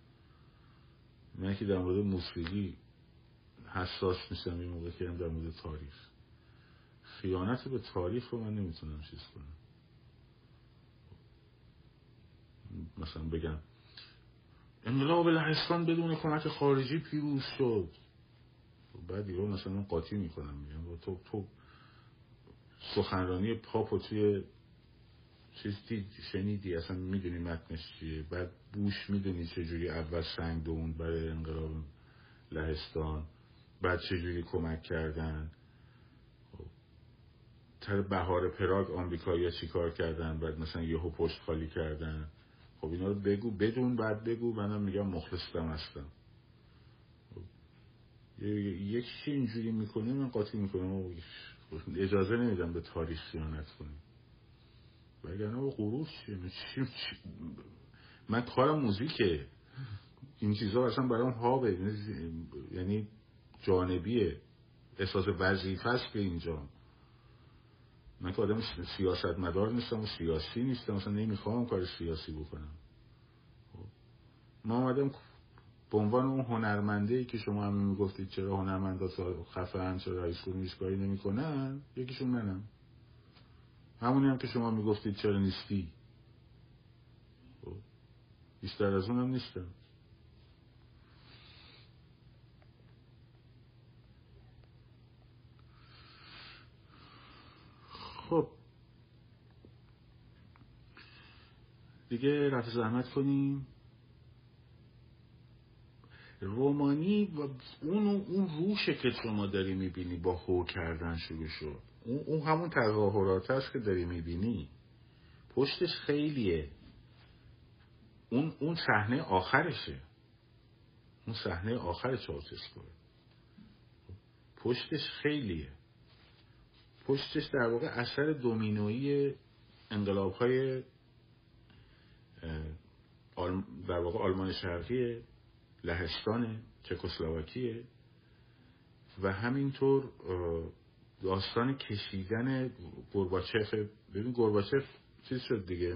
من که در مورد موسیقی حساس میشم این موقع که در مورد تاریخ، خیانت به تاریخ رو من نمیتونم چیز کنم. مثلا بگم انقلاب لهستان بدون کمک خارجی پیروز شد، بعد دیگه مثلا قاطی میکنم، میگم تو سخنرانی پاپو توی چیز شنیدی؟ اصلا میدونی متنش چیه؟ بعد بوش میدونی چجوری اول سنگ دوند برای انقلاب لهستان، بعد چجوری کمک کردن؟ تر بهار پراگ آمریکایی‌ها چی کار کردن؟ بعد مثلا یهو پشت خالی کردن. خب اینا رو بگو، بدون بعد بگو. منم میگم مخلصم هستم. یک چی اینجوری میکنه من قاطی میکنم، اجازه نمیدم به تاریخ خیانت کنیم. وگرنه با غرور چی؟ من کارم موزیکه، این چیزا اصلا برام هابه، یعنی جانبیه، احساس وظیفه است به اینجا. من که آدم سیاستمدار نیستم و سیاسی نیستم، مثلا نمیخوام کار سیاسی بکنم. من اومدم به عنوان اون هنرمنده‌ای که شما هم میگفتید چرا هنرمندا خفن، چرا هیچ کدوم هیچ کاری نمیکنن، یکیشون منم. همونی هم که شما میگفتید چرا نیستی، بیشتر از اونم نیستم. خب دیگه رفع زحمت کنیم. رومانی و اون روشه که شما داری میبینی با هو کردن شروع شد، اون همون تظاهرات هست که داری میبینی، پشتش خیلیه. اون صحنه آخرشه، اون صحنه آخر چاوشسکوه، پشتش خیلیه. پشتش در واقع اثر دومینویی انقلاب‌های در واقع آلمان شرقی، لهستان، چکسلواکیه و همینطور داستان کشیدن گورباچف. ببین گورباچف چیز شد دیگه،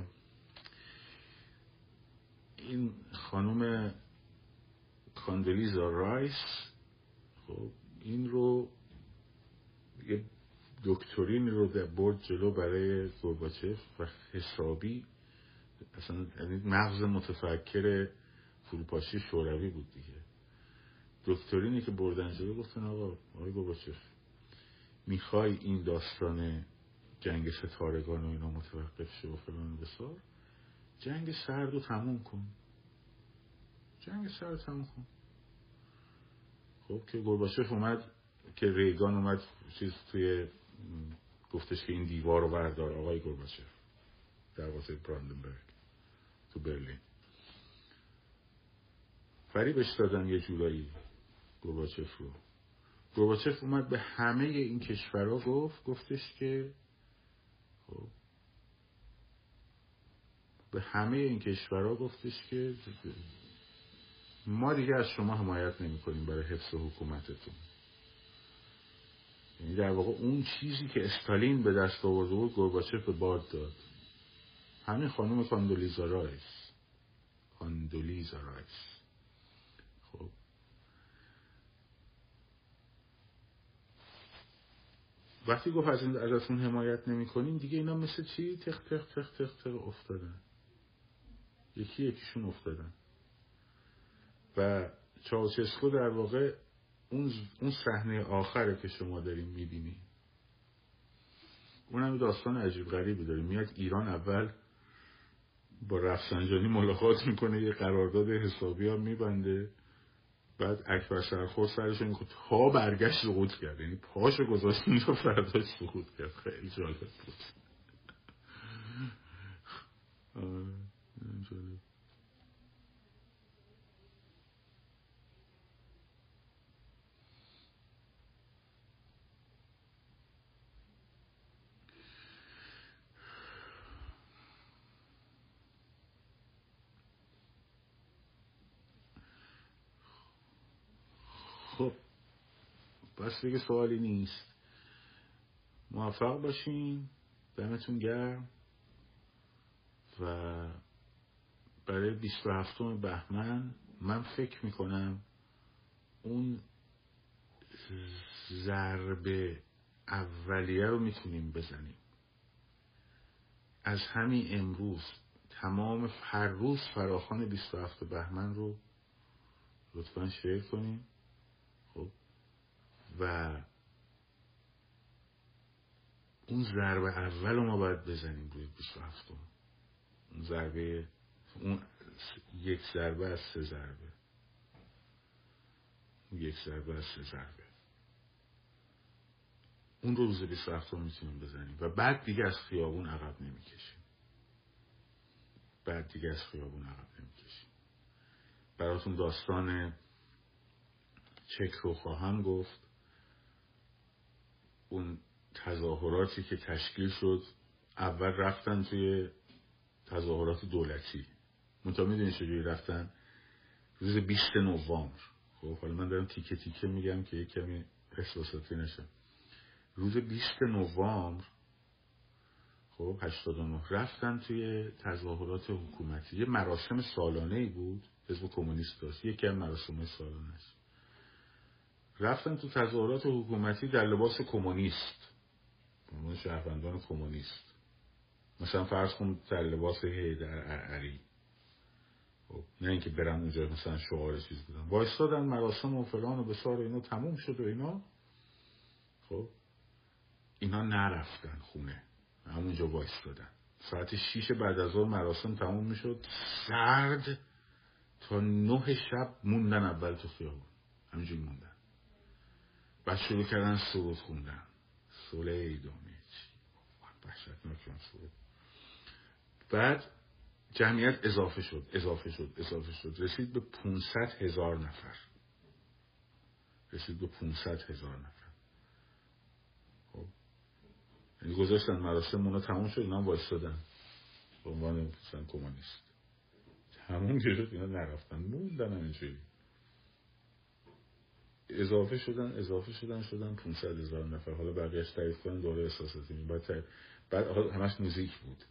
این خانم کاندلیزا رایس، خب این رو یه دکترین رو برد جلو برای گورباچف و حسابی اصلا مغز متفکر فروپاشی شوروی بود دیگه. دکترینی که بردن جلو گفتن آقای گورباچف میخوای این داستان جنگ ستارگان و اینا متوقف شه و فلان و بسار، جنگ سرد رو تموم کن، جنگ سرد تموم کن. خب که گورباچف اومد، که ریگان اومد چیز توی گفتش که این دیوار رو بردار آقای گورباچف، دروازه براندنبرگ تو برلین. فریبش دادن یه جورایی گورباچف رو. گورباچف اومد به همه این کشورها گفتش که خب به همه این کشورها گفتش که ما دیگه از شما حمایت نمی کنیم برای حفظ حکومتتون. یعنی در واقع اون چیزی که استالین به دست آورده بود گورباچف به باد داد. همین خانم کاندولیزا رایس. خب وقتی گفت ازتون حمایت نمی کنیم، دیگه اینا مثل چی تخ تخ تخ تخ تخ افتادن، یکیشون افتادن. و چاوشسکو در واقع اون صحنه آخره که شما داریم میبینی، اون هم داستان عجیب غریبی داره. میاد ایران اول با رفسنجانی ملاقات میکنه، یه قرارداد حسابی هم میبنده، بعد اکبر سرخور سرشو میکنه تا برگشت سقوط کرد، یعنی پاشو گذاشت اونجا فرداش سقوط کرد. خیلی جالب بود. جالب. خب بس دیگه سوالی نیست. موفق باشین، دمتون گرم. و برای 27 بهمن من فکر میکنم اون ضربه اولیه رو میتونیم بزنیم از همین امروز. تمام هر روز فراخوان 27 بهمن رو لطفا شیر کنیم. خب و اون ضربه اول رو ما باید بزنیم روی 27. اون ضربه، اون یک ضربه از 3 ضربه، اون یک ضربه از 3 ضربه، اون رو روز 27 میتونیم بزنیم و بعد دیگه از خیابون عقب نمیکشیم. براتون داستان چک رو خواهم گفت. اون تظاهراتی که تشکیل شد، اول رفتن توی تظاهرات دولتی، منتها میدونی چجوری رفتن؟ روز 20 نوامبر. خب حالا من دارم تیکه تیکه میگم که یک کمی احساساتی نشم. روز 20 نوامبر خب 89 رفتن توی تظاهرات حکومتی. یه مراسم سالانه‌ای بود، حزب کمونیست داشت، یکی از مراسم سالانه است. رفتن تو تظاهرات حکومتی در لباس کمونیست، عنوان شهروندان کمونیست، مثلا فرض کن در لباس حیدر علی. خب نه اینکه برن اونجا مثلا شعار چیز بدن، وایستادن مراسم و فلان و بسار و اینا تموم شد و اینا. خب اینا نرفتن خونه، همونجا وایستادن. ساعت 6 بعد از ظهر مراسم تموم میشد، سرد تا 9 شب موندن اول تو خیابون، همینجوری موندن. بعد شروع کردن سرود خوندن، سولیدومی چی وحشتناک سرود. بعد جمعیت اضافه شد، رسید به 500,000 نفر. خب یعنی گذاشتن مراسم اونا تموم شد، اینا هم وایستادن به عنوان مثلا کمونیست. تموم شد اینا نرفتن، موندن همینجوری. اضافه شدن 500,000 نفر. حالا بقیه‌اش تعریف کنن دوره احساساتی. بعد همش موزیک بود.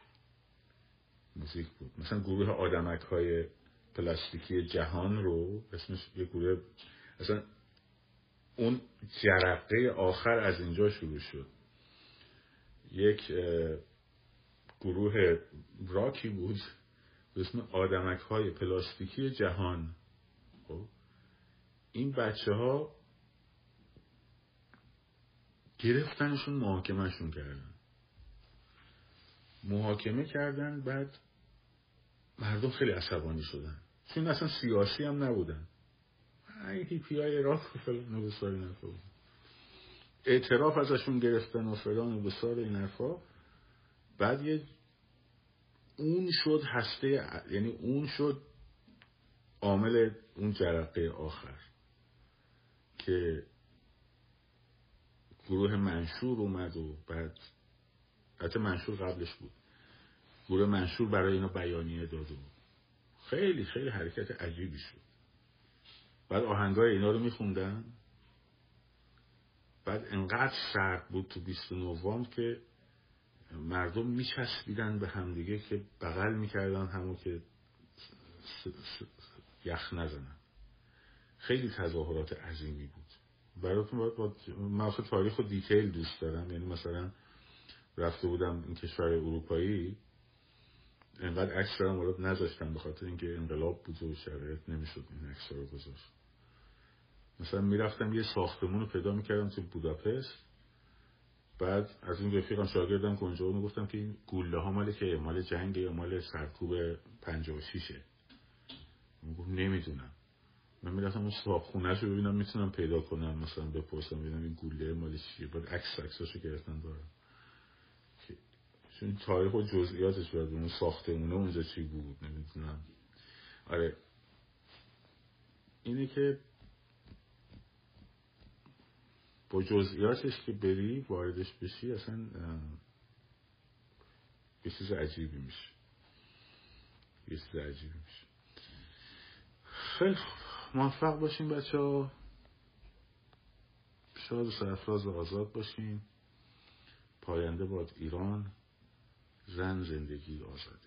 مثلا گروه آدمک‌های پلاستیکی جهان رو اسمش یه گروه، مثلا اون جرقه آخر از اینجا شروع شد. یک گروه راکی بود به اسم آدمک‌های پلاستیکی جهان. خب این بچه‌ها گرفتنشون محاکمه کردن. بعد مردم خیلی عصبانی شدن، چون اصلا سیاسی هم نبودن، این هیپیای راک و فلان و بسار این حرفا بود. اعتراف ازشون گرفتن و فلان و بسار این حرفا. بعد اون شد یعنی اون شد عامل اون جرقه آخر که گروه منشور اومد و بعد حتی منشور قبلش بود، گروه منشور برای اینا بیانیه داد و خیلی خیلی حرکت عجیبی شد. بعد آهنگای اینا رو میخوندن. بعد انقدر سرد بود تو 20 نوامبر که مردم میچسبیدن به همدیگه که بغل میکردن همو که یخ نزنن. خیلی تظاهرات عظیمی بود. براتون من تاریخ و دیتیل دوست دارم، یعنی مثلا رفته بودم این کشور اروپایی، انقدر عکس دارم وارد نذاشتم به خاطر اینکه انقلاب بود و شرایط نمیشد این عکس رو گذاشت. مثلا میرفتم یه ساختمون رو پیدا میکردم تو بوداپست، بعد از این رفیقم شاگردم که اونجا اونو گفتم که این گوله ها مال که مال جنگه یا مال سرکوب 56ه. اون گفت نمیدونم. من میرفتم اون صاحبخونه‌ش رو ببینم میتونم پیدا کنم، مثلا بپرسم ببینم این گوله مال چیه. بعد عکساشو گرفتن دارم که چون تاریخ و جزئیاتش بعد اون ساختمونه اونجا چی بود نمیدونم. آره اینه که با جزئیاتش که بری واردش بشی اصلا یه چیز عجیبی میشه. خیلی موفق باشین بچه ها، شاد و سرفراز و آزاد باشین. پاینده باد ایران، زن، زندگی، آزادی.